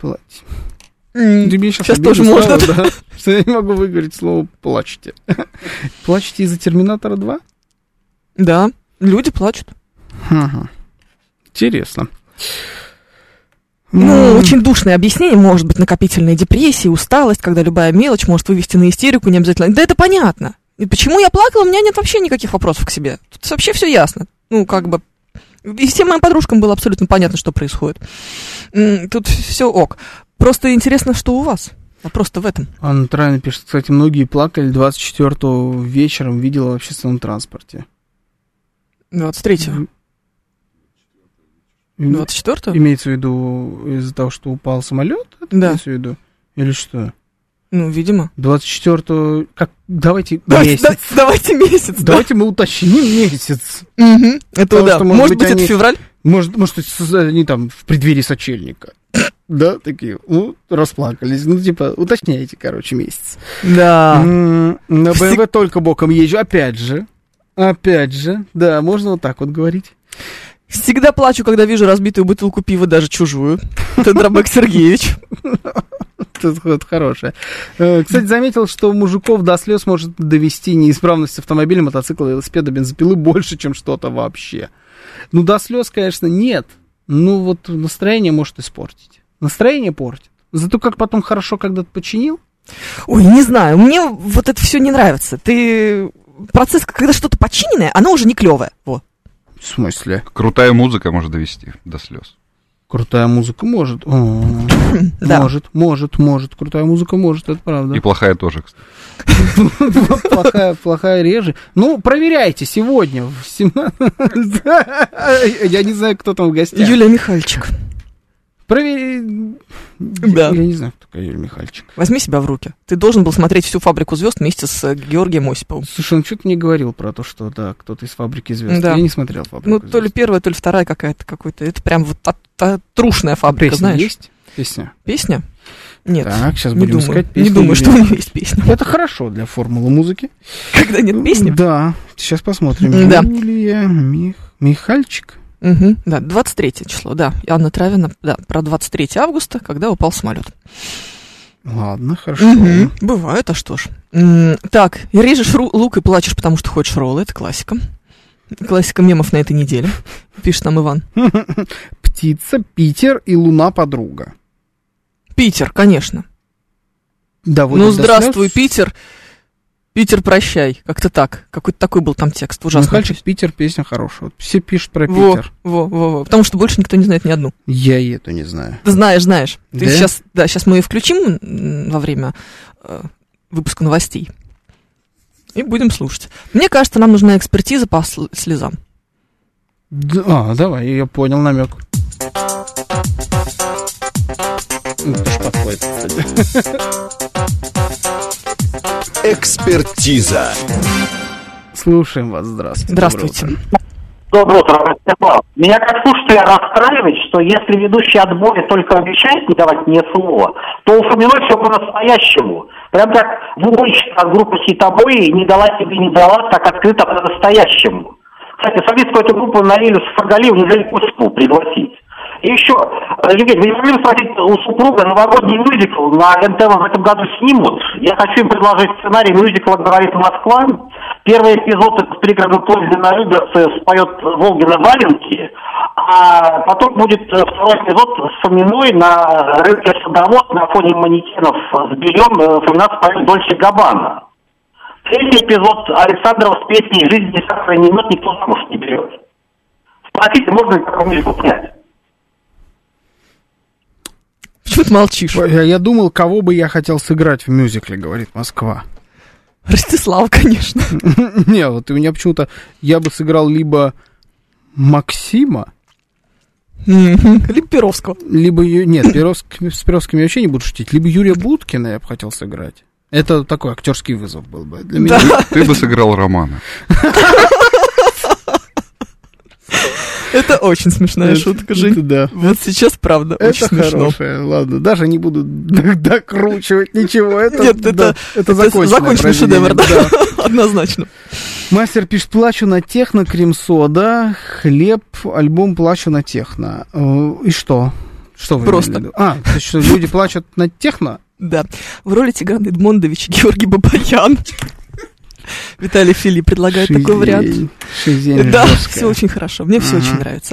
Сейчас тоже можно. Да, что я не могу выговорить слово «плачете». Плачете из-за «Терминатора 2»? Да, люди плачут. Ага. Интересно. Ну, очень душное объяснение, может быть, накопительная депрессия, усталость, когда любая мелочь может вывести на истерику, не обязательно. Да это понятно. И почему я плакала, у меня нет вообще никаких вопросов к себе. Тут вообще все ясно. Ну, как бы... И всем моим подружкам было абсолютно понятно, что происходит. Тут все ок. Просто интересно, что у вас. Вопрос-то в этом. Анна Трайна пишет, кстати, многие плакали 24-го вечером, видела в общественном транспорте. 23-го. 24-го? Имеется в виду из-за того, что упал самолет? Да. Имеется в виду? Или что? Ну, видимо. 24-го... Давайте месяц. Давайте мы уточним месяц. Угу. Это да. Что, может быть, это февраль? Может, они там в преддверии сочельника. Да, такие, расплакались. Ну, типа, уточняйте, короче, месяц. Да. На БМВ только боком езжу. Опять же, да, можно вот так вот говорить. Всегда плачу, когда вижу разбитую бутылку пива, даже чужую. Это Дробек Сергеевич. Это хорошее. Кстати, заметил, что мужиков до слез может довести неисправность автомобиля, мотоцикла, велосипеда, бензопилы больше, чем что-то вообще. Ну, до слез, конечно, нет. Ну, вот настроение может испортить. Настроение портит. Зато как потом хорошо, когда ты починил. Ой, не знаю, мне вот это все не нравится. Процесс, когда что-то починенное, оно уже не клевое. Вот. В смысле? Крутая музыка может довести до слез. Крутая музыка может. Да. Может. Крутая музыка может, это правда. И плохая тоже, кстати. Плохая реже. Ну, проверяйте сегодня. Я не знаю, кто там в гостях. Юлия Михальчик. Да. Я не знаю, кто такая Юлия Михальчик. Возьми себя в руки. Ты должен был смотреть всю «Фабрику звезд» вместе с Георгием Осиповым. Слушай, он что-то не говорил про то, что да, кто-то из «Фабрики звезд». Да. Я не смотрел «Фабрику звезд». Ну, то ли первая, то ли вторая какая-то. Это прям вот трушная фабрика, песня знаешь. Есть? Песня? Песня? Нет. Так, сейчас будем искать песню. Не думаю, что у нее есть песня. Это хорошо для формулы музыки. Когда нет песни? Да, сейчас посмотрим. Да. Юлия Михальчик. Угу, да, 23 число, да. Анна Травина, да, про 23 августа, когда упал самолет. Ладно, хорошо. Угу, бывает, а что ж. Так, режешь лук и плачешь, потому что хочешь роллы, это классика. Классика мемов на этой неделе, пишет нам Иван. Птица, Питер и Луна подруга. Питер, конечно. доводит Ну, до здравствуй, слез. Питер. Питер, прощай. Как-то так. Какой-то такой был там текст. Ужасно. Михальчик, Питер, песня хорошая. Вот все пишут про Во, Питер. во. Потому что больше никто не знает ни одну. Я и эту не знаю. Ты знаешь. Ты Да? сейчас мы ее включим во время выпуска новостей. И будем слушать. Мне кажется, нам нужна экспертиза по слезам. Давай, я понял намек. Тоже подходит, кстати. Экспертиза. Слушаем вас, здравствуйте. Здравствуйте. Доброе утро, Ростислав. Меня как слушателя расстраивает, что если ведущий от боли только обещает не давать мне слова, то у Фоминой все по-настоящему. Прям как выборщица от группы «Хитобои» не дала тебе, не дала, так открыто по-настоящему. Кстати, солистку эту группу Наилю Сафаргалиеву нельзя Кузьму пригласить. И еще, Евгений, вы не могли бы спросить у супруга новогодний мюзикл на НТВ в этом году снимут? Я хочу им предложить сценарий мюзикла «Говорит Москва». Первый эпизод — это в пригородном поезде на Люберце споет Волгина валенки, а потом будет второй эпизод с Фоминой на рынке Садовод на фоне манекенов с бельем. Фомина споет Дольче Габбана. Третий эпизод Александров с песней «Жизнь не сахара не мед, никто замуж не берет». Спросите, можно ли такую музыку снять? Почему ты молчишь? Я думал, кого бы я хотел сыграть в мюзикле, говорит Москва. Ростислав, конечно. Не, вот у меня почему-то... Я бы сыграл либо Максима, Либо Перовского. либо... Нет, с Перовским я вообще не буду шутить. Либо Юрия Будкина я бы хотел сыграть. Это такой актерский вызов был бы для меня. Ты бы сыграл Романа. Это очень смешная шутка, Жень. Да. Вот сейчас, правда, очень Это смешно. хорошее, ладно. Даже не буду докручивать ничего. Нет, это законченный шедевр, да, однозначно. Мастер пишет: плачу на техно, крем-сода, хлеб, альбом плачу на техно. И что? Что вы Просто. имели в виду? То есть что, люди плачут на техно? Да. В роли Тиграна Эдмондовича Георгий Бабаян. Виталий Фили предлагает такой вариант. Шизень Да, жесткая. все очень хорошо. Мне все очень нравится.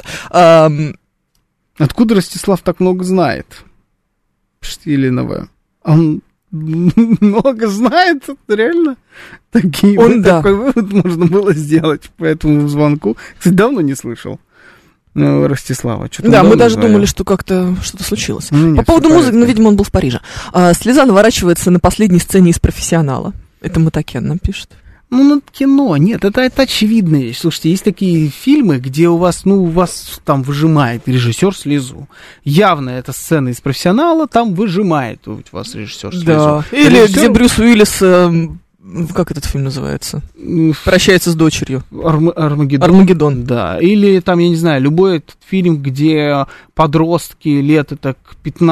Откуда Ростислав так много знает? Пишет Еленова. Он много знает, реально? Такой вывод можно было сделать по этому звонку. Кстати, давно не слышал Ростислава. Да, мы даже думали, что как-то что-то случилось. Нет, По поводу всё музыки, ну, видимо, он был в Париже. Слеза наворачивается на последней сцене из «Профессионала». Это Матакен нам пишет. Ну, кино, нет, это очевидная вещь. Слушайте, есть такие фильмы, где у вас там выжимает режиссер слезу. Явно эта сцена из «Профессионала», там выжимает у вас режиссер слезу. Да. Или где Брюс Уиллис, как этот фильм называется? Прощается с дочерью. Армагеддон. Да. Или там, я не знаю, любой этот фильм, где подростки лет это к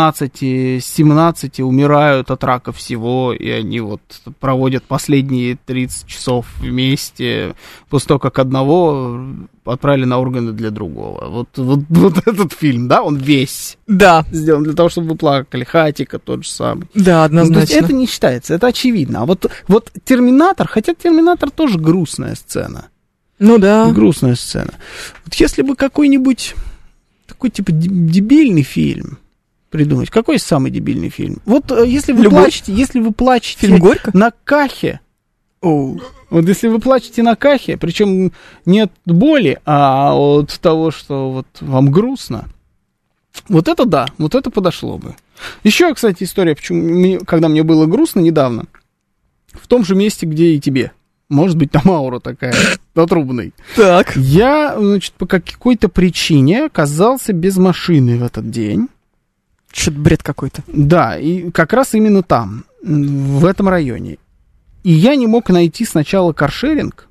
15-17 умирают от рака всего, и они вот проводят последние 30 часов вместе, после того, как одного отправили на органы для другого. Вот этот фильм, да, он весь сделан для того, чтобы вы плакали. Хатико тот же самый. Да, однозначно. То есть это не считается, это очевидно. А вот «Терминатор», хотя «Терминатор» тоже грустная сцена. Ну да. Грустная сцена. Вот если бы какой-нибудь такой типа дебильный фильм придумать. Какой самый дебильный фильм? Вот если вы плачете фильм «Горько» на кахе. Вот если вы плачете на кахе, причем не от боли, а от того, что вот вам грустно, вот это да, вот это подошло бы. Еще, кстати, история, когда мне было грустно недавно, в том же месте, где и тебе. Может быть, там аура такая, на Трубной. Так. Я, значит, по какой-то причине оказался без машины в этот день. Что-то бред какой-то. Да, и как раз именно там, в этом районе. И я не мог найти сначала каршеринг,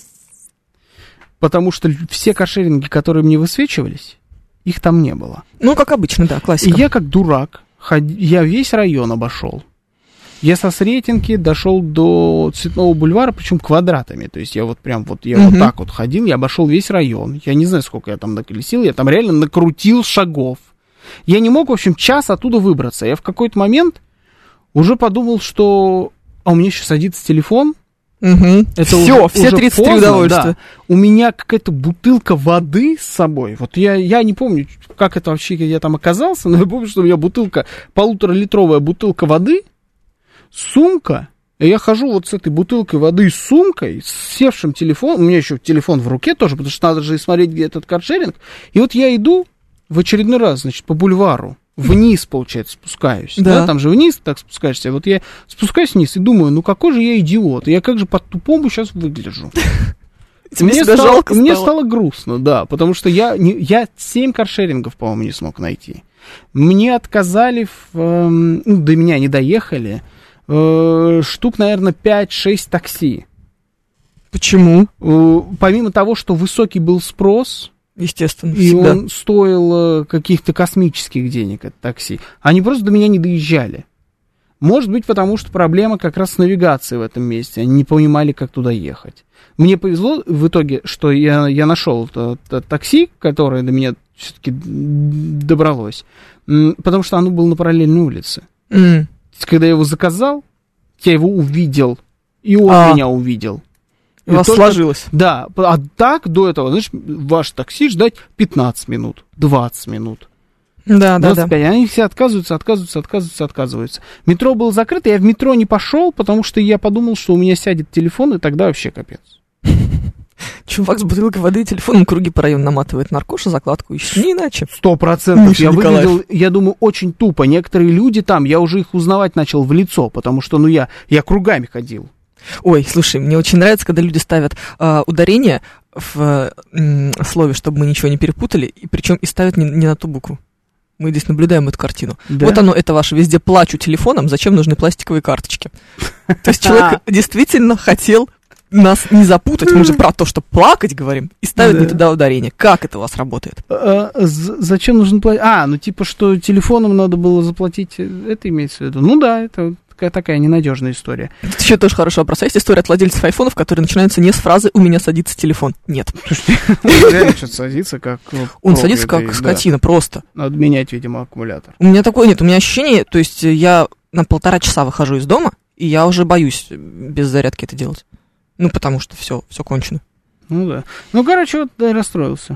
потому что все каршеринги, которые мне высвечивались, их там не было. Ну, как обычно, да, классика. И я как дурак, я весь район обошел. Я со Сретенки дошел до Цветного бульвара, причем квадратами. То есть я вот прям вот так вот ходил, я обошел весь район. Я не знаю, сколько я там наколесил, я там реально накрутил шагов. Я не мог, в общем, час оттуда выбраться. Я в какой-то момент уже подумал, что... А у меня еще садится телефон. Это все 33 поздно, удовольствия. Да. У меня какая-то бутылка воды с собой. Вот я не помню, как это вообще я там оказался, но я помню, что у меня бутылка, 1,5-литровая бутылка воды сумка, и я хожу вот с этой бутылкой воды, с сумкой, с севшим телефоном, у меня еще телефон в руке тоже, потому что надо же смотреть, где этот каршеринг, и вот я иду в очередной раз, значит, по бульвару, вниз, получается, спускаюсь, да, там же вниз так спускаешься, вот я спускаюсь вниз и думаю, ну какой же я идиот, я как же по-тупому сейчас выгляжу. Мне стало грустно, да, потому что я 7 каршерингов, по-моему, не смог найти. Мне отказали, до меня не доехали, штук, наверное, 5-6 такси. Почему? Помимо того, что высокий был спрос, естественно, и всегда. Он стоил каких-то космических денег, это такси, они просто до меня не доезжали. Может быть, потому что проблема как раз с навигацией в этом месте, они не понимали, как туда ехать. Мне повезло в итоге, что я нашел это такси, которое до меня все-таки добралось, потому что оно было на параллельной улице. Когда я его заказал, я его увидел, и он меня увидел. У вас сложилось. Да, а так до этого, знаешь, ваш такси ждать 15 минут, 20 минут. Да. Они все отказываются. Метро было закрыто, я в метро не пошел, потому что я подумал, что у меня сядет телефон, и тогда вообще капец. Чувак с бутылкой воды и телефоном круги по району наматывает наркошу, закладку ищет, не иначе. 100%. Я выглядел, я думаю, очень тупо. Некоторые люди там, я уже их узнавать начал в лицо, потому что, я кругами ходил. Ой, слушай, мне очень нравится, когда люди ставят ударение в слове, чтобы мы ничего не перепутали, и причем и ставят не на ту букву. Мы здесь наблюдаем эту картину. Да? Вот оно, это ваше везде плачу телефоном, зачем нужны пластиковые карточки? То есть человек действительно хотел нас не запутать, мы же про то, что плакать говорим, и ставят не туда ударение. Как это у вас работает? Зачем нужно платить? Что телефоном надо было заплатить, это имеется в виду? Ну да, это такая ненадежная история. Это еще тоже хороший вопрос. А есть история от владельцев айфонов, которые начинаются не с фразы «у меня садится телефон». Нет. Реально что-то садится как... Он садится как скотина, просто. Надо менять, видимо, аккумулятор. У меня такое нет. У меня ощущение, то есть я на 1,5 часа выхожу из дома, и я уже боюсь без зарядки это делать. Потому что все кончено. Ну да. Короче, расстроился.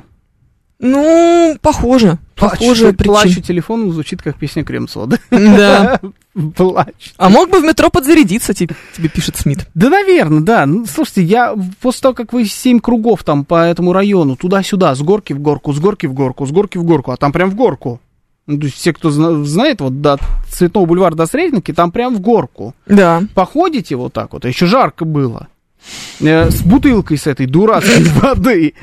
Похоже. Плачу телефону звучит как песня Кремцова, да? Да. Плачь. А мог бы в метро подзарядиться, тебе пишет Смит. Да, наверное, да. Слушайте, я после того, как вы 7 кругов там по этому району, туда-сюда, с горки в горку, с горки в горку, с горки в горку, а там прям в горку. То есть все, кто знает, вот до Цветного бульвара до Сретенки, там прям в горку. Да. Походите вот так вот, а еще жарко было. С бутылкой с этой дурацкой воды.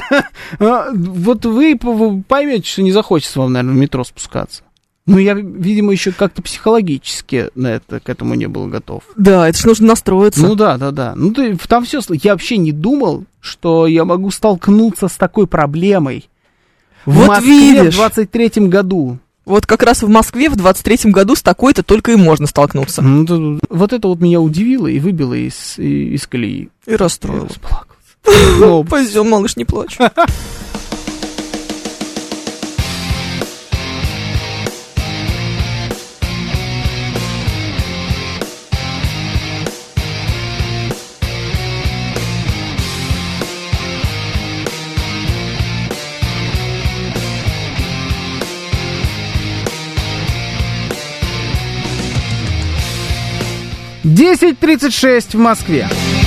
Вот вы поймете, что не захочется вам, наверное, в метро спускаться. Я, видимо, еще как-то психологически к этому не был готов. Да, это же нужно настроиться. Да. Там все. Я вообще не думал, что я могу столкнуться с такой проблемой в Москве в 23-м году. Вот как раз в Москве в 23-м году с такой-то только и можно столкнуться. Вот это вот меня удивило и выбило из колеи. И расстроило. Пойдем, малыш, не плачь. — 10:36 в Москве.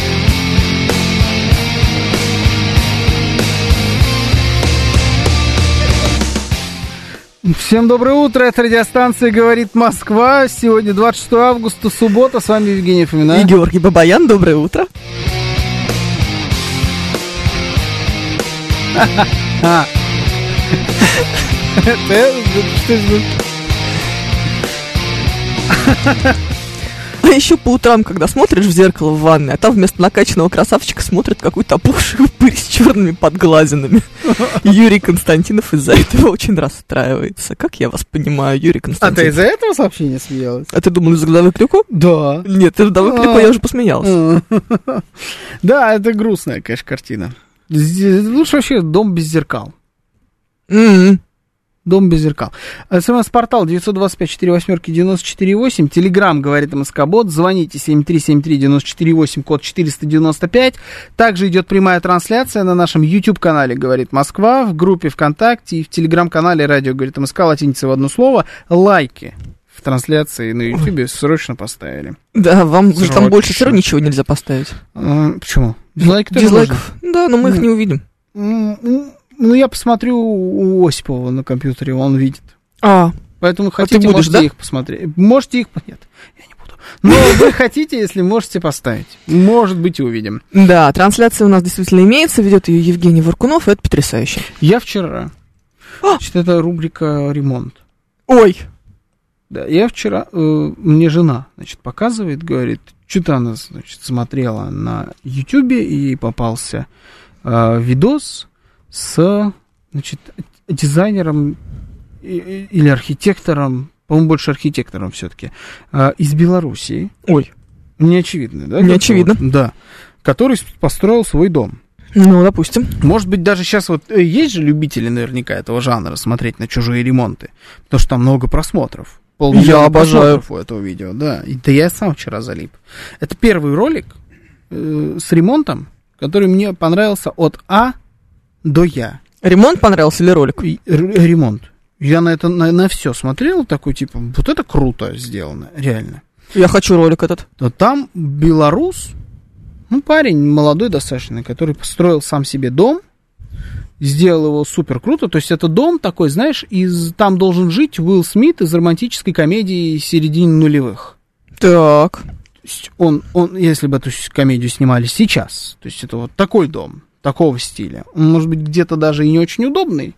Всем доброе утро, это радиостанция «Говорит Москва». Сегодня 26 августа, суббота, с вами Евгения Фомина. И Георгий Бабаян, доброе утро. А еще по утрам, когда смотришь в зеркало в ванной, а там вместо накачанного красавчика смотрит какой-то опухший упырь с черными подглазинами. Юрий Константинов из-за этого очень расстраивается. Как я вас понимаю, Юрий Константинов? А ты из-за этого сообщения смеялась? А ты думал, из-за Вдовы Клико? Да. Нет, из-за Вдовы Клико я уже посмеялась. Да, это грустная, конечно, картина. Лучше вообще дом без зеркал. Дом без зеркал. СМС-портал 925-48-94-8. Телеграм, говорит МСК-бот. Звоните 7373-94-8, код 495. Также идет прямая трансляция на нашем YouTube-канале «Говорит Москва», в группе ВКонтакте и в Телеграм-канале «Радио говорит МСК», латиница в одно слово. Лайки в трансляции на Ютубе срочно поставили. Да, вам же там Срочно. больше все равно ничего нельзя поставить. Почему? Дизлайки тоже Дизлайков? Да, но мы их не увидим. можно. Ну, я посмотрю у Осипова на компьютере, он видит. Поэтому хотите, ты будешь, можете да? их посмотреть. Можете их... Нет, я не буду. Но вы хотите, если можете поставить. Может быть, и увидим. Да, трансляция у нас действительно имеется, ведет ее Евгений Варкунов, и это потрясающе. Я вчера... Значит, это рубрика «Ремонт». Ой! Да, я вчера... мне жена, значит, показывает, говорит, что-то она, значит, смотрела на Ютубе, и ей попался видос с, значит, дизайнером или архитектором, по-моему, больше архитектором все-таки, из Белоруссии. Ой. Не очевидно, да? Не очевидно. Да. Который построил свой дом. Ну, допустим. Может быть, даже сейчас вот есть же любители наверняка этого жанра смотреть на чужие ремонты, потому что там много просмотров. Я обожаю. Просмотров у этого видео, да. Да я сам вчера залип. Это первый ролик с ремонтом, который мне понравился от А до Я. Ремонт понравился или ролик? Ремонт. Я на это на все смотрел, такой типа, вот это круто сделано, реально. Я хочу ролик этот. Но там белорус, ну, парень молодой достаточно, который построил сам себе дом, сделал его супер круто. То есть это дом такой, знаешь, там должен жить Уилл Смит из романтической комедии середины нулевых. Так. То есть он, если бы эту комедию снимали сейчас, то есть это вот такой дом, такого стиля. Он, может быть, где-то даже и не очень удобный,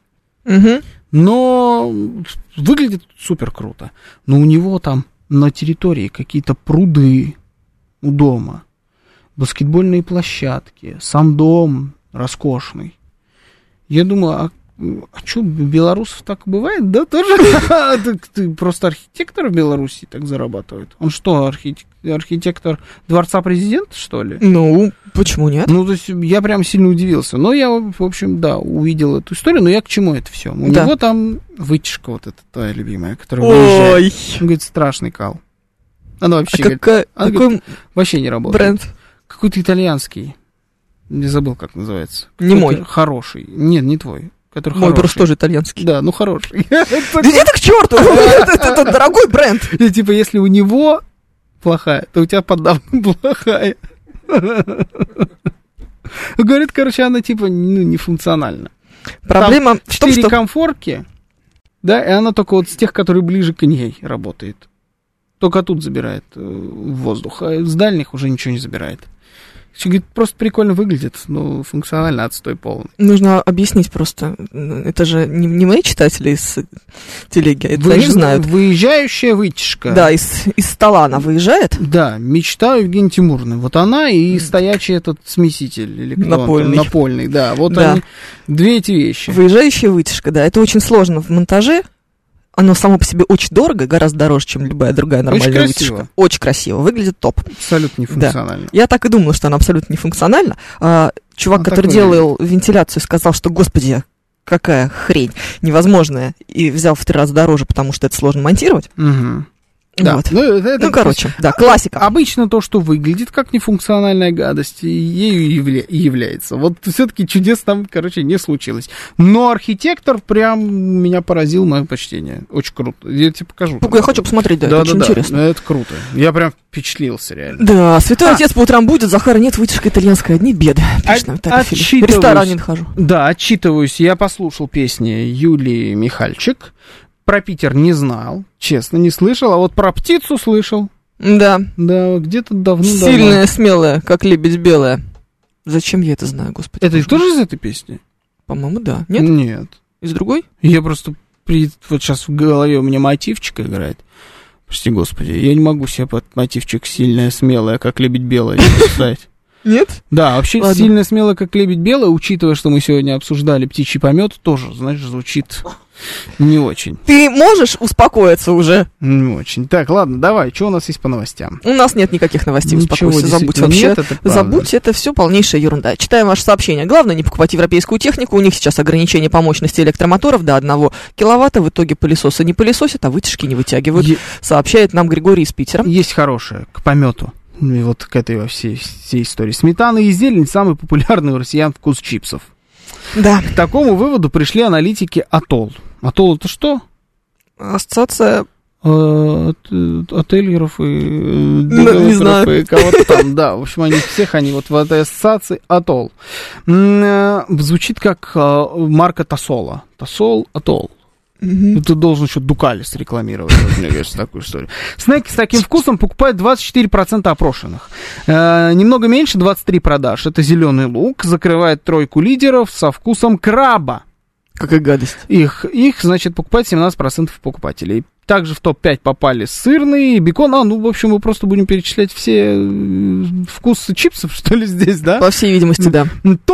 но выглядит супер круто. Но у него там на территории какие-то пруды у дома, баскетбольные площадки, сам дом роскошный. Я думаю, а что, белорусов так бывает? Да, тоже. Просто архитектор в Беларуси так зарабатывает. Он что, архитектор Дворца Президента, что ли? Ну, почему нет? Ну, то есть я прям сильно удивился. Но я, в общем, да, увидел эту историю, но я к чему это все? У него там вытяжка вот эта твоя любимая, которая выезжает. Он говорит, страшный кал. Она вообще, какой вообще не работает. Бренд? Какой-то итальянский. Не забыл, как называется. Не мой. Хороший. Нет, не твой. Который мой хороший. просто тоже итальянский. Да, ну хороший. Это к черту! Это дорогой бренд. Типа, если у него плохая, то у тебя подавно плохая. Говорит, короче, она типа нефункциональна. Проблема в том, 4 комфорки, да, и она только вот с тех, которые ближе к ней работает. Только тут забирает воздух, а с дальних уже ничего не забирает. Говорит, просто прикольно выглядит, но функционально отстой полный. Нужно объяснить просто. Это же не мои читатели из телеги, это они знают. Выезжающая вытяжка. Да, из стола она выезжает. Да, мечта Евгения Тимуровны. Вот она и стоячий этот смеситель. Или напольный, да. Вот да. Они, две эти вещи. Выезжающая вытяжка, да. Это очень сложно в монтаже. Оно само по себе очень дорого, гораздо дороже, чем любая другая нормальная вытяжка. Очень красиво, выглядит топ. Абсолютно нефункционально. Да. Я так и думала, что она абсолютно нефункциональна. Чувак, который делал вентиляцию, сказал, что, господи, какая хрень невозможная, и взял в 3 раза дороже, потому что это сложно монтировать. Угу. Да. Вот. Ну, короче, да, классика. Обычно то, что выглядит как нефункциональная гадость, ею и является. Вот все-таки чудес там, короче, не случилось. Но архитектор прям меня поразил, мое почтение. Очень круто. Я тебе покажу. Я хочу посмотреть, да, это очень интересно. Это круто. Я прям впечатлился реально. Да, святой отец по утрам будет, Захара нет, вытяжка итальянская, одни беды. В ресторане не хожу. Да, отчитываюсь. Я послушал песни Юлии Михальчик. Про Питер не знал, честно, не слышал, а вот про птицу слышал. Да. Да, где-то давно-давно. Сильная, смелая, как лебедь белая. Зачем я это знаю, господи? Это тоже из этой песни? По-моему, да. Нет? Нет. Из другой? Я просто... Вот сейчас в голове у меня мотивчик играет. Прости, господи, я не могу себе под мотивчик сильная, смелая, как лебедь белая представить. Нет? Да, вообще сильная, смелая, как лебедь белая, учитывая, что мы сегодня обсуждали птичий помет, тоже, знаешь, звучит не очень. Ты можешь успокоиться уже? Не очень. Так, ладно, давай, что у нас есть по новостям? У нас нет никаких новостей, успокойся, забудь вообще. Нет, забудь, это все полнейшая ерунда. Читаем ваше сообщение. Главное не покупать европейскую технику, у них сейчас ограничение по мощности электромоторов до 1 киловатта, в итоге пылесосы не пылесосят, а вытяжки не вытягивают, сообщает нам Григорий из Питера. Есть хорошее, к помету. И вот к этой во всей истории. Сметана и зелень – самый популярный у россиян вкус чипсов. Да. К такому выводу пришли аналитики Атолл. Атолл – это что? Ассоциация отельеров и не знаю. и кого-то там, да. В общем, они вот в этой ассоциации Атолл. Звучит как марка Тосола. Тосол, Атолл. Ты должен еще Дукалис рекламировать, мне кажется, такую историю. Снеки с таким вкусом покупают 24% опрошенных. Немного меньше 23% продаж. Это зеленый лук, закрывает тройку лидеров со вкусом краба. Какая гадость. Их значит, покупает 17% покупателей. Также в топ-5 попали сырный, бекон. В общем, мы просто будем перечислять все вкусы чипсов, что ли, здесь, да? По всей видимости, да.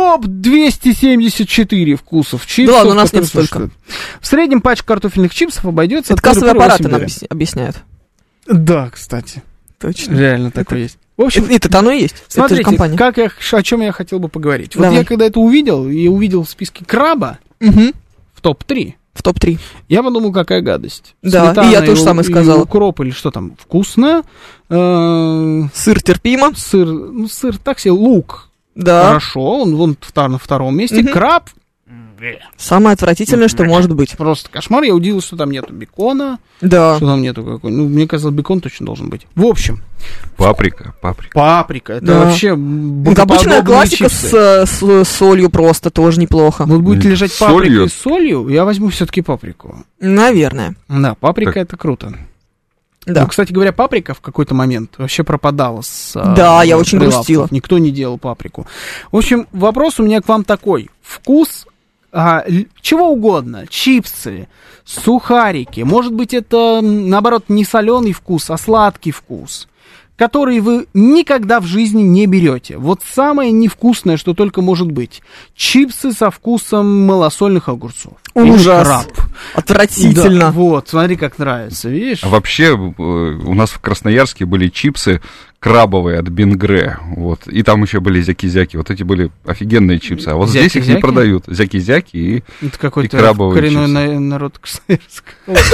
Топ-274 вкусов чипсов. Да ладно, у нас нет столько. В среднем пачка картофельных чипсов обойдется. Это кассовые аппараты нам объясняют. Да, кстати. Точно. Реально такое есть. В общем, это оно и есть. Смотрите, о чем я хотел бы поговорить. Давай. Вот я когда это увидел, и увидел в списке краба в топ-3. В топ-3. Я подумал, какая гадость. Да, Сметана и я тоже самое сказал. Укроп или что там, вкусно. Сыр терпимо. Сыр так себе, лук. Да. Хорошо, он вон на втором месте. Краб. Самое отвратительное, что может быть. Просто кошмар. Я удивился, что там нету бекона. Да. Что там нету какой-нибудь. Мне казалось, бекон точно должен быть. В общем. Паприка. Это вообще обычная классика с солью просто тоже неплохо. Вот будет лежать паприка с солью, я возьму все-таки паприку. Наверное. Да, паприка это круто. Да. Кстати говоря, паприка в какой-то момент вообще пропадала с Да, я очень грустила. Никто не делал паприку. В общем, вопрос у меня к вам такой. Вкус чего угодно, чипсы, сухарики, может быть, это, наоборот, не соленый вкус, а сладкий вкус, который вы никогда в жизни не берете. Вот самое невкусное, что только может быть. Чипсы со вкусом малосольных огурцов. Ужас. Краб. Отвратительно. Да, вот, смотри, как нравится, видишь? А вообще, у нас в Красноярске были чипсы крабовые от Бингре, вот, и там еще были зяки-зяки, вот эти были офигенные чипсы, а вот здесь их не продают, зяки-зяки и крабовые чипсы. Это какой-то коренной народ Красноярска.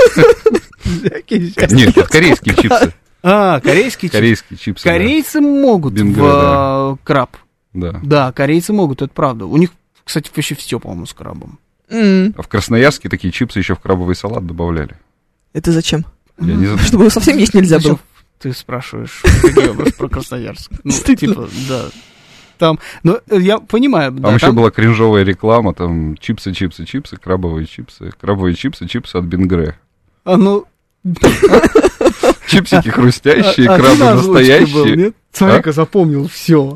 Нет, это корейские чипсы. Корейские чипсы. Корейцы могут в краб. Да. Да, корейцы могут, это правда. У них, кстати, вообще все, по-моему, с крабом. А в Красноярске такие чипсы еще в крабовый салат добавляли. Это зачем? Я не знаю. Чтобы его совсем есть нельзя было. Ты спрашиваешь, какие вопрос про Красноярск. Типа, да. Там, я понимаю. Там еще была кринжовая реклама, там чипсы, крабовые чипсы от Бингре. Чипсики хрустящие, крабы настоящие. Смотри-ка, запомнил все.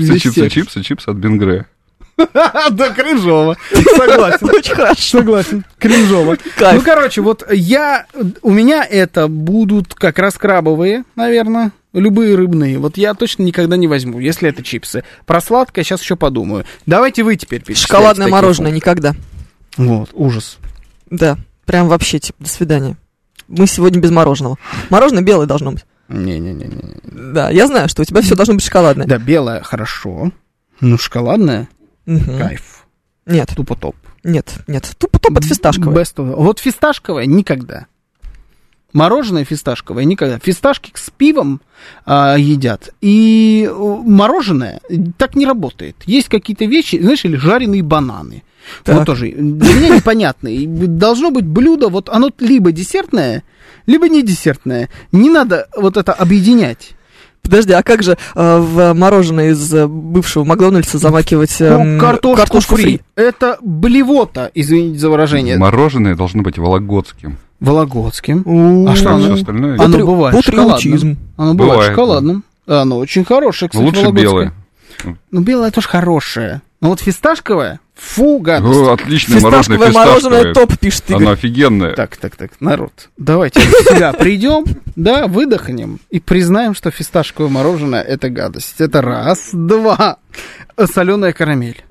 Чипсы от Бингре. Да, кринжово. Согласен. Очень хорошо. Согласен. Кринжово. Кайф. Короче, вот у меня это будут как раз крабовые, наверное, любые рыбные. Вот я точно никогда не возьму, если это чипсы. Про сладкое сейчас еще подумаю. Давайте вы теперь перечисляйте. Шоколадное мороженое никогда. Вот, ужас. Да, прям вообще, до свидания. Мы сегодня без мороженого. Мороженое белое должно быть. Не-не-не. Да, я знаю, что у тебя все должно быть шоколадное. Да, белое хорошо. Шоколадное кайф. Нет. Тупо топ. Нет. Тупо топ от фисташковое. Вот фисташковое никогда. Мороженое фисташковое никогда. Фисташки с пивом едят. И мороженое так не работает. Есть какие-то вещи, знаешь, или жареные бананы. Так. Вот тоже для меня непонятно. Должно быть блюдо, вот оно либо десертное, либо не десертное. Не надо вот это объединять. Подожди, а как же в мороженое из бывшего Макдональдса замакивать картошку фри? Это блевота, извините за выражение. Мороженое должно быть вологодским. Вологодским. А что все остальное? Оно бывает шоколадным. Оно бывает Бывает, шоколадным. Оно очень хорошее, кстати, лучше белое. Ну, белое тоже хорошее. Но вот фисташковое, фу, гадость. Отличное мороженое мороженое топ, пишет Игорь. Оно офигенное. Так, народ, давайте в себя придем, да, выдохнем и признаем, что фисташковое мороженое это гадость. Это раз. Два. Соленая карамель.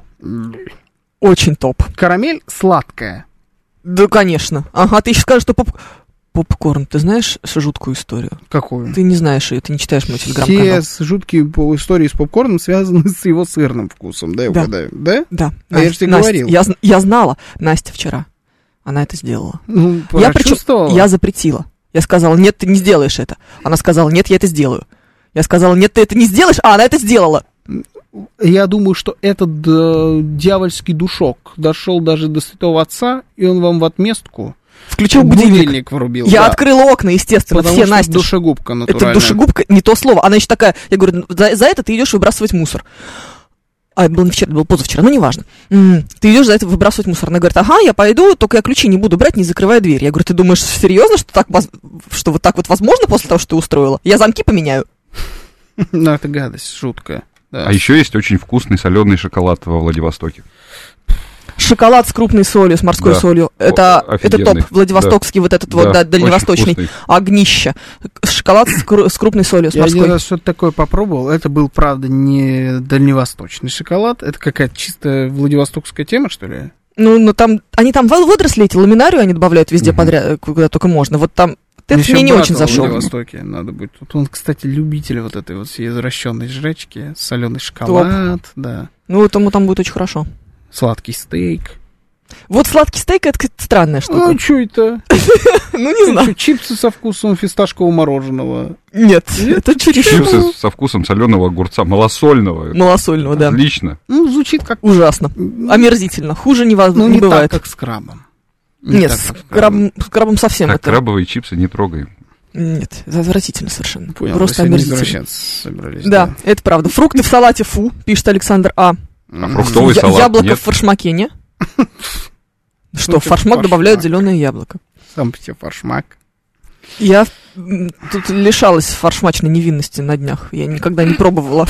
Очень топ. Карамель сладкая. Да, конечно. Ага, ты еще скажешь, что попкорн. Ты знаешь жуткую историю? Какую? Ты не знаешь ее, ты не читаешь мой телеграм-канал. Все жуткие истории с попкорном связаны с его сырным вкусом, да, я угадаю? Да? Да. А я же тебе говорил. Я знала, Настя вчера. Она это сделала. Ну, я запретила. Я сказала, нет, ты не сделаешь это. Она сказала, нет, я это сделаю. Я сказала, нет, ты это не сделаешь, а она это сделала. Я думаю, что этот дьявольский душок дошел даже до святого отца, и он вам в отместку Включил будильник. Врубил. Я да. открыла окна, естественно, потому все что настежь. Душегубка натуральная. Это душегубка, не то слово. Она еще такая, я говорю, за это ты идешь выбрасывать мусор. А, это было не вчера, это было позавчера, ну неважно. Ты идешь за это выбрасывать мусор. Она говорит, ага, я пойду, только я ключи не буду брать, не закрывая дверь. Я говорю, ты думаешь, серьезно, что вот так вот возможно после того, что ты устроила? Я замки поменяю. Ну, это гадость жуткая. Да. А еще есть очень вкусный соленый шоколад во Владивостоке. Шоколад с крупной солью, с морской солью. Это топ. Владивостокский, да. Вот этот вот, да, дальневосточный. Огнище. Шоколад с крупной солью, с морской. Я один раз что-то такое попробовал. Это был, правда, не дальневосточный шоколад. Это какая-то чистая владивостокская тема, что ли? Ну там, они там водоросли эти, ламинарию они добавляют везде подряд, куда только можно. Вот там, это мне не очень зашло. В Владивостоке надо будет. Вот он, кстати, любитель вот этой вот всей извращенной жрачки. Соленый шоколад, да. Ну, ему там будет очень хорошо. Сладкий стейк. Вот сладкий стейк — это какая-то странная штука. Ну, что это? Ну, не знаю. Чипсы со вкусом фисташкового мороженого. Нет, это чересчур. Чипсы со вкусом соленого огурца, малосольного. Малосольного, да. Отлично. Ну, звучит как... Ужасно. Омерзительно. Хуже не бывает. Ну, не так, как с крабом. Нет, с крабом совсем так, это... крабовые чипсы не трогаем. Нет, это отвратительно совершенно. Понял, просто омерзительно. Собрались, да, это правда. Фрукты в салате фу, пишет Александр А. А фруктовый салат яблоко нет? В форшмаке, не? Что, в форшмак добавляют зеленое яблоко. Сам по себе форшмак. Я тут лишалась форшмачной невинности на днях. Я никогда не пробовала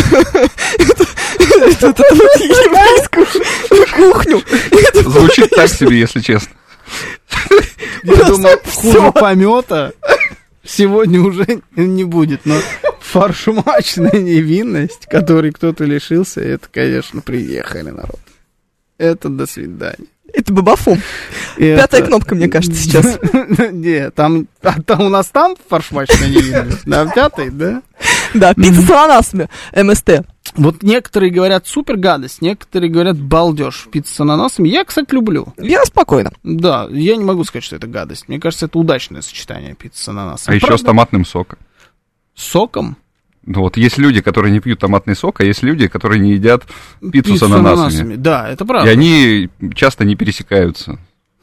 европейскую кухню. Звучит так себе, если честно. Я думаю, хуже помета сегодня уже не будет, но форшмачная невинность, которой кто-то лишился, это, конечно, приехали, народ. Это до свидания. Это бабафом. Пятая кнопка, мне кажется, сейчас. Нет, там у нас там форшмачная невинность. Да, пятый, да? Да, пицца с ананасами, МСТ. Вот некоторые говорят супер гадость, некоторые говорят балдеж. Пицца с ананасами. Я, кстати, люблю. Я спокойно. Да, я не могу сказать, что это гадость. Мне кажется, это удачное сочетание пиццы с ананасами. А еще с томатным соком. С соком? Ну вот есть люди, которые не пьют томатный сок, а есть люди, которые не едят пиццу с ананасами. Да, это правда. И они часто не пересекаются.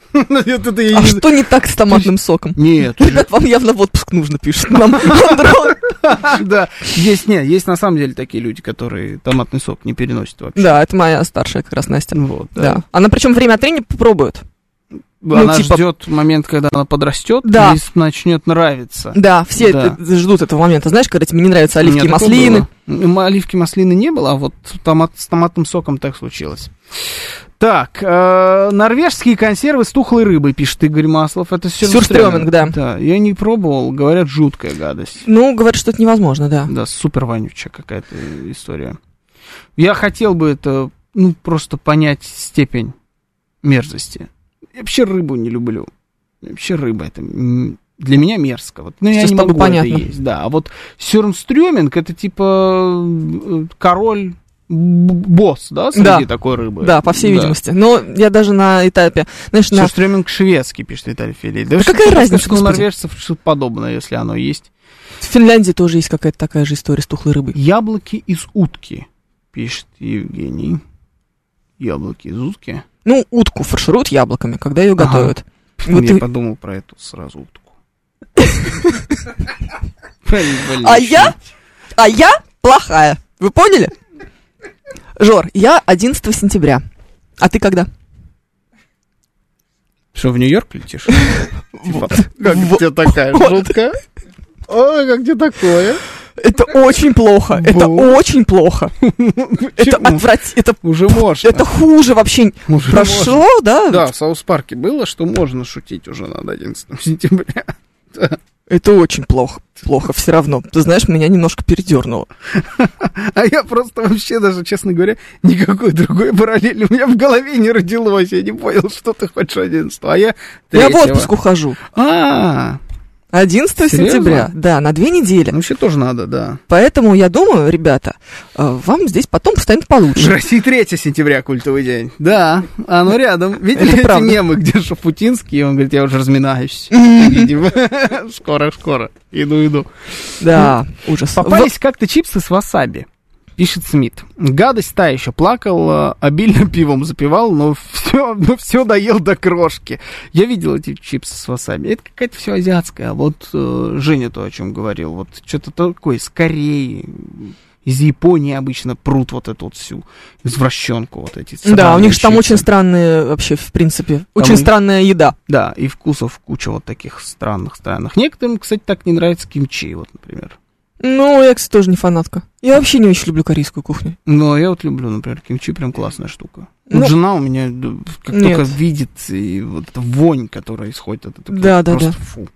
А что не так с томатным соком? Нет. Ребят, вам явно в отпуск нужно, пишет нам Андрон. Да, есть на самом деле такие люди, которые томатный сок не переносят вообще. Да, это моя старшая как раз Настя. Вот, да. Она причем время от времени попробует. Она ждет момент, когда она подрастет, и начнет нравиться. Да, все ждут этого момента. Знаешь, когда тебе не нравятся оливки и маслины. Оливки и маслины не было, а вот с томатным соком так случилось. Так, норвежские консервы с тухлой рыбой, пишет Игорь Маслов. Это сюрстрёминг, да. Да, я не пробовал, говорят, жуткая гадость. Ну, говорят, что это невозможно, да. Да, супер вонючая какая-то история. Я хотел бы это, просто понять степень мерзости. Я вообще рыбу не люблю. Вообще рыба это для меня мерзко. Вот, я не могу это есть. Да. А вот сюрстрёминг это типа король, босс, да, среди такой рыбы? Да, по всей видимости. Но я даже на этапе... Сюрстрёминг шведский, пишет Виталий Филей. Да какая разница, у норвежцев что-то подобное, если оно есть. В Финляндии тоже есть какая-то такая же история с тухлой рыбой. Яблоки из утки, пишет Евгений. Яблоки из утки. Ну, утку фаршируют яблоками, когда ее готовят. Вот я подумал про эту сразу утку. А я плохая. Вы поняли? Жор, я 11 сентября. А ты когда? Что, в Нью-Йорк летишь? Как тебе такая шутка? Ой, как тебе такое? Это очень плохо. Это очень плохо. Это отвратительно. Уже можно. Это хуже вообще. Прошло, да? Да, в Саус-парке было, что можно шутить уже над 11 сентября. Это очень плохо. Плохо все равно. Ты знаешь, меня немножко передернуло. А я просто вообще даже, честно говоря, никакой другой параллели у меня в голове не родилось. Я не понял, что ты хочешь 11. А я 3. Я в отпуск ухожу. 11 сентября, да, на 2 недели. Ну, вообще тоже надо, да. Поэтому я думаю, ребята, вам здесь потом станет получше. В России 3 сентября культовый день. Да, оно рядом. Видели эти мемы, где Шафутинский, он говорит, я уже разминаюсь. Видимо, скоро. Иду. Да, ужас. Попались как-то чипсы с васаби. Пишет Смит. Гадость та еще, плакал, обильно пивом запивал, но все доел до крошки. Я видел эти чипсы с васаби. Это какая-то все азиатская. А вот Женя то, о чем говорил. Вот что-то такое из Кореи, из Японии обычно прут вот эту вот всю извращенку. Вот эти. Да, у них же там очень странные вообще, в принципе, очень странная еда. Да, и вкусов куча вот таких странных. Некоторым, кстати, так не нравится кимчи, вот, например. Ну, я, кстати, тоже не фанатка. Я вообще не очень люблю корейскую кухню. Но я вот люблю, например, кимчи, прям классная штука. Вот жена у меня как только видит и вот эта вонь, которая исходит от этого, просто фу.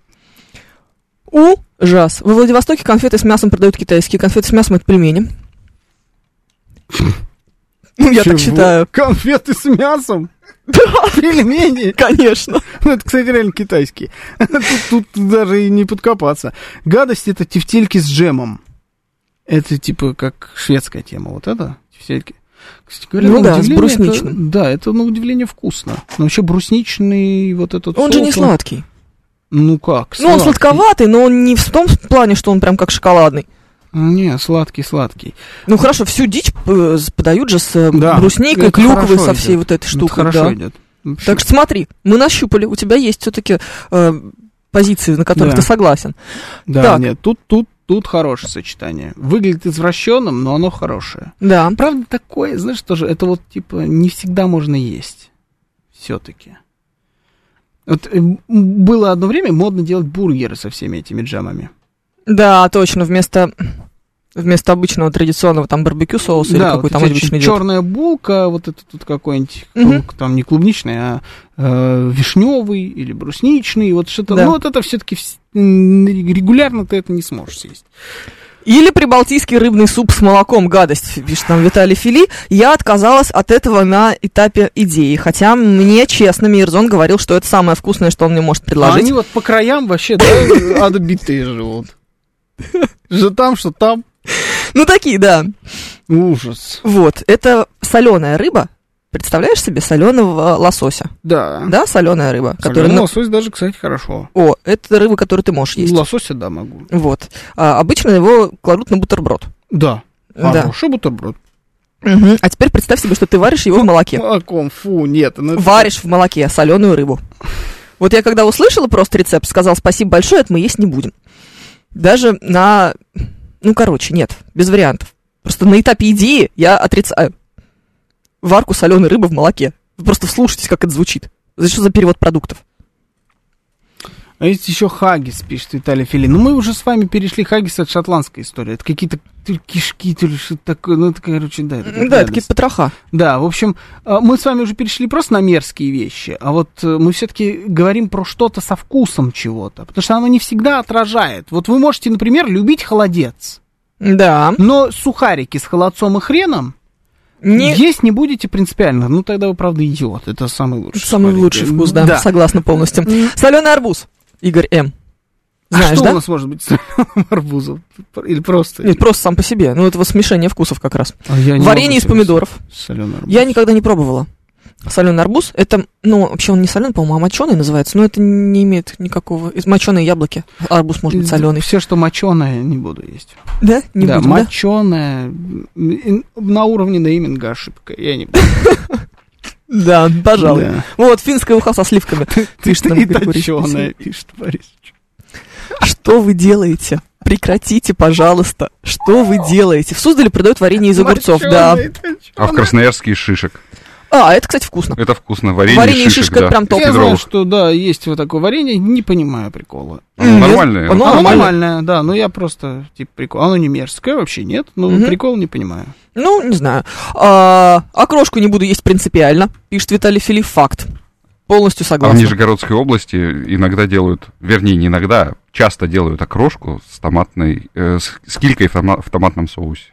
Ужас. Во Владивостоке конфеты с мясом продают китайские. Конфеты с мясом — это пельмени. Ну, я так считаю. Конфеты с мясом? Да. Пельмени? Конечно. Ну, это, кстати, реально китайские. Тут даже и не подкопаться. Гадость — это тефтельки с джемом. Это типа как шведская тема. Вот это тефтельки. Кстати говоря, ну да, с брусничным. Это на удивление вкусно. Но вообще брусничный вот этот Он же не сладкий. Ну как? Ну, он сладковатый, но он не в том плане, что он прям как шоколадный. Не, сладкий. Ну хорошо, всю дичь подают же с брусникой, клюквой, со всей вот этой штукой. Хорошо идет. Так что смотри, мы нащупали, у тебя есть все-таки позиции, на которых ты согласен. Да, так. Нет, тут хорошее сочетание. Выглядит извращенным, но оно хорошее. Да. Правда, такое, знаешь, тоже, это вот типа не всегда можно есть. Все-таки. Вот было одно время модно делать бургеры со всеми этими джемами. Да, точно, вместо обычного традиционного там барбекю соуса или какой там обычный черная булка, вот это тут какой-нибудь, там не клубничный, а вишневый или брусничный, вот что-то. Да. Ну, вот это все-таки регулярно ты это не сможешь съесть. Или прибалтийский рыбный суп с молоком, гадость, пишет там Виталий Фили. Я отказалась от этого на этапе идеи, хотя мне, честно, Мирзон говорил, что это самое вкусное, что он мне может предложить. А они вот по краям вообще, адобитые живут. Что там, что там. Ну, такие, да. Ужас. Вот, это соленая рыба. Представляешь себе соленого лосося? Да. Да, соленая рыба. Соленый лосось даже, кстати, хорошо. О, это рыба, которую ты можешь есть. Лосося, да, могу. Вот. Обычно его кладут на бутерброд. Да. Хороший бутерброд. Угу. А теперь представь себе, что ты варишь его в молоке. Молоком, фу, нет. Варишь в молоке соленую рыбу. Вот я когда услышала просто рецепт, сказала спасибо большое, это мы есть не будем. Даже на... Ну, короче, нет, без вариантов. Просто на этапе идеи я отрицаю варку соленой рыбы в молоке. Вы просто вслушайтесь, как это звучит. Это что за перевод продуктов? А есть еще хаггис, пишет Виталий Фили. Ну, мы уже с вами перешли. Хаггис — это шотландская история. Это какие-то кишки, то ли что-то такое. Ну, это, короче, да. Это какие-то потроха. Да, в общем, мы с вами уже перешли просто на мерзкие вещи. А вот мы все-таки говорим про что-то со вкусом чего-то. Потому что оно не всегда отражает. Вот вы можете, например, любить холодец. Да. Но сухарики с холодцом и хреном есть не будете принципиально. Ну, тогда вы, правда, идиот. Это самый лучший. Самый лучший вкус, да. Согласна полностью. Соленый арбуз. Игорь М. Знаешь, что у нас может быть с соленым арбузом? Или просто? Нет, просто сам по себе. Ну, это вот смешение вкусов как раз. Варенье из помидоров. Я никогда не пробовала. Соленый арбуз, это, ну, вообще он не соленый, по-моему, а моченый называется, но это не имеет никакого... Моченые яблоки. Арбуз может быть соленый. Все, что моченое, не буду есть. Да? Не буду, да? Моченое. На уровне нейминга ошибка. Я не буду. Да, пожалуй. Да. Вот, финская уха со сливками. Пишет нам точёное, пишет Борисович. Что вы делаете? Прекратите, пожалуйста. Что вы делаете? В Суздале продают варенье из огурцов, да. А в Красноярске из шишек. А, это, кстати, вкусно. Это вкусно. Варенье из шишек, да. Прям топ. Я знаю, что, да, есть вот такое варенье, не понимаю прикола. Оно нормальное. Оно нормальное, да, но я просто, типа, прикол. Оно не мерзкое вообще, нет, но прикол не понимаю. Ну, не знаю. Окрошку не буду есть принципиально, пишет Виталий Филипп, факт. Полностью согласен. А в Нижегородской области иногда делают, вернее, не иногда, часто делают окрошку с томатной, с килькой в томатном соусе.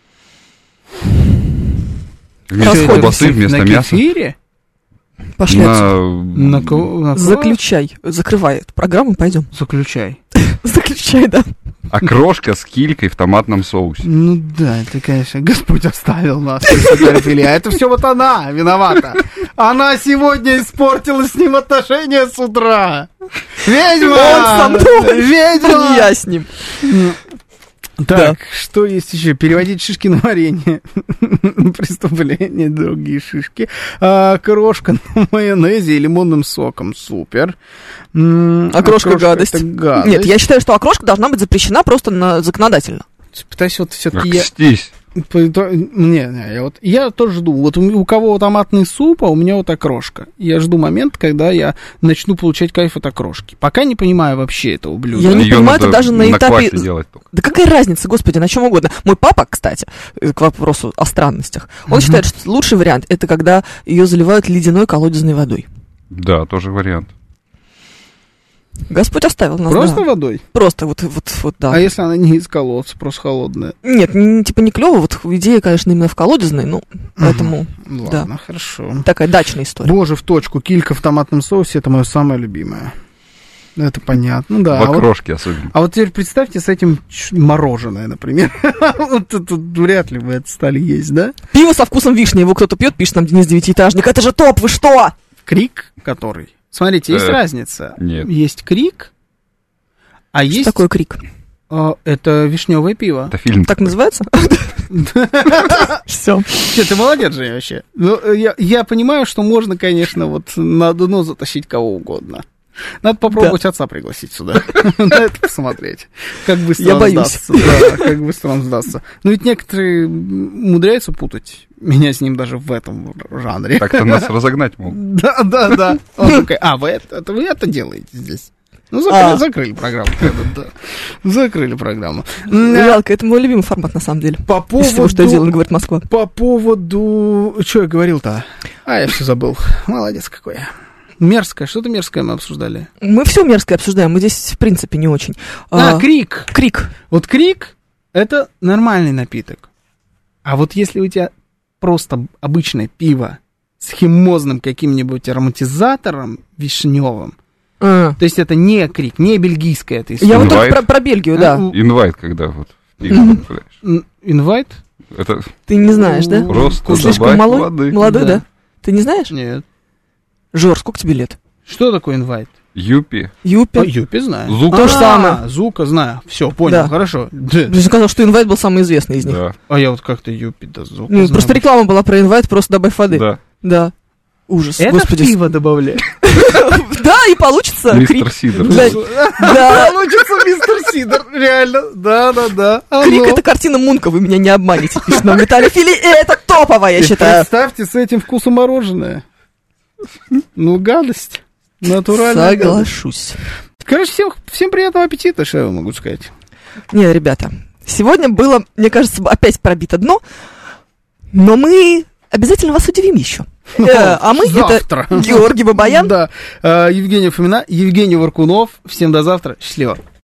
Вместо колбасы, вместо мяса. Кефире? Пошли отсюда. Заключай. Закрывай эту программу, пойдем. Заключай. Заключай, да. Окрошка с килькой в томатном соусе. Ну да, это, конечно, Господь оставил нас. А это все вот она виновата. Она сегодня испортила с ним отношения с утра. Ведьма! Он со мной. Ведьма! Я с ним. Так, что есть еще? Переводить шишки на варенье. Преступление, другие шишки. Крошка на майонезе и лимонным соком. Супер. Окрошка гадость. Нет, я считаю, что окрошка должна быть запрещена просто законодательно. Пытаюсь вот все-таки... Окстись. Я тоже жду. Вот у кого томатный суп, а у меня вот окрошка. Я жду момент, когда я начну получать кайф от окрошки. Пока не понимаю вообще этого блюда. Я не понимаю, это даже на этапе... Да какая разница, господи, на чем угодно. Мой папа, кстати, к вопросу о странностях, он считает, что лучший вариант это когда ее заливают ледяной колодезной водой. Да, тоже вариант. Господь оставил нас. Просто водой? Просто вот, да. А если она не из колодца, просто холодная? Нет, типа не клево. Вот идея, конечно, именно в колодезной, ну, поэтому, Ладно, хорошо. Такая дачная история. Боже, в точку. Килька в томатном соусе — это мое самое любимое. Это понятно, да. В окрошке особенно. А вот теперь представьте с этим мороженое, например. Вот тут вряд ли вы это стали есть, да? Пиво со вкусом вишни. Его кто-то пьет, пишет нам Денис Девятиэтажник. Это же топ, вы что? Крик, который... Смотрите, есть разница. Нет. Есть крик, а есть... Что такое крик? Это вишневое пиво. Это фильм. Так называется? Все. Ты молодец же вообще. Я понимаю, что можно, конечно, вот на дно затащить кого угодно. Надо попробовать отца пригласить сюда, на это посмотреть. Как быстро он сдастся. Да, как быстро он сдастся. Но ведь некоторые умудряются путать меня с ним даже в этом жанре. Так-то нас разогнать могут. Да. Он такой, вы это делаете здесь. Ну, закрыли программу. Закрыли программу. Жалко, это мой любимый формат, на самом деле. По поводу... Что я делаю, говорит Москва. По поводу... Что я говорил-то? Я все забыл. Молодец какой я. Мерзкое. Что-то мерзкое мы обсуждали. Мы все мерзкое обсуждаем. Мы здесь, в принципе, не очень. Крик. Крик. Вот крик — это нормальный напиток. А вот если у тебя просто обычное пиво с химозным каким-нибудь ароматизатором вишневым, то есть это не крик, не бельгийская эта история. Я вот только про Бельгию, да. Инвайт, когда вот пиво попадаешь. Инвайт? Это... Ты не знаешь, да? Просто слишком воды. Молодой, да? Ты не знаешь? Нет. Жор, сколько тебе лет? Что такое инвайт? Юпи. Юпи знаю. Зука. То же самое. Зука знаю. Все, понял, хорошо. Ты сказал, что инвайт был самый известный из них. Да. А я вот как-то Юпи, да, Зука. Просто реклама была про инвайт, просто добавь воды. Да. Ужас, это господи. пиво добавляй. Да, и получится Мистер Сидор. Да. Получится мистер Сидор, реально. Да. Крик — это картина Мунка, вы меня не обманете, пишет нам Виталий Фили. Это топовая, я считаю. Представьте с этим вкусом мороженое. Ну, гадость. Натуральная Соглашусь. Короче, всем приятного аппетита, что я могу сказать. Не, ребята, сегодня было, мне кажется, опять пробито дно, но мы обязательно вас удивим еще. А мы завтра. Это Георгий Бабаян. Да. Евгений Фомина, Евгений Варкунов. Всем до завтра. Счастливо.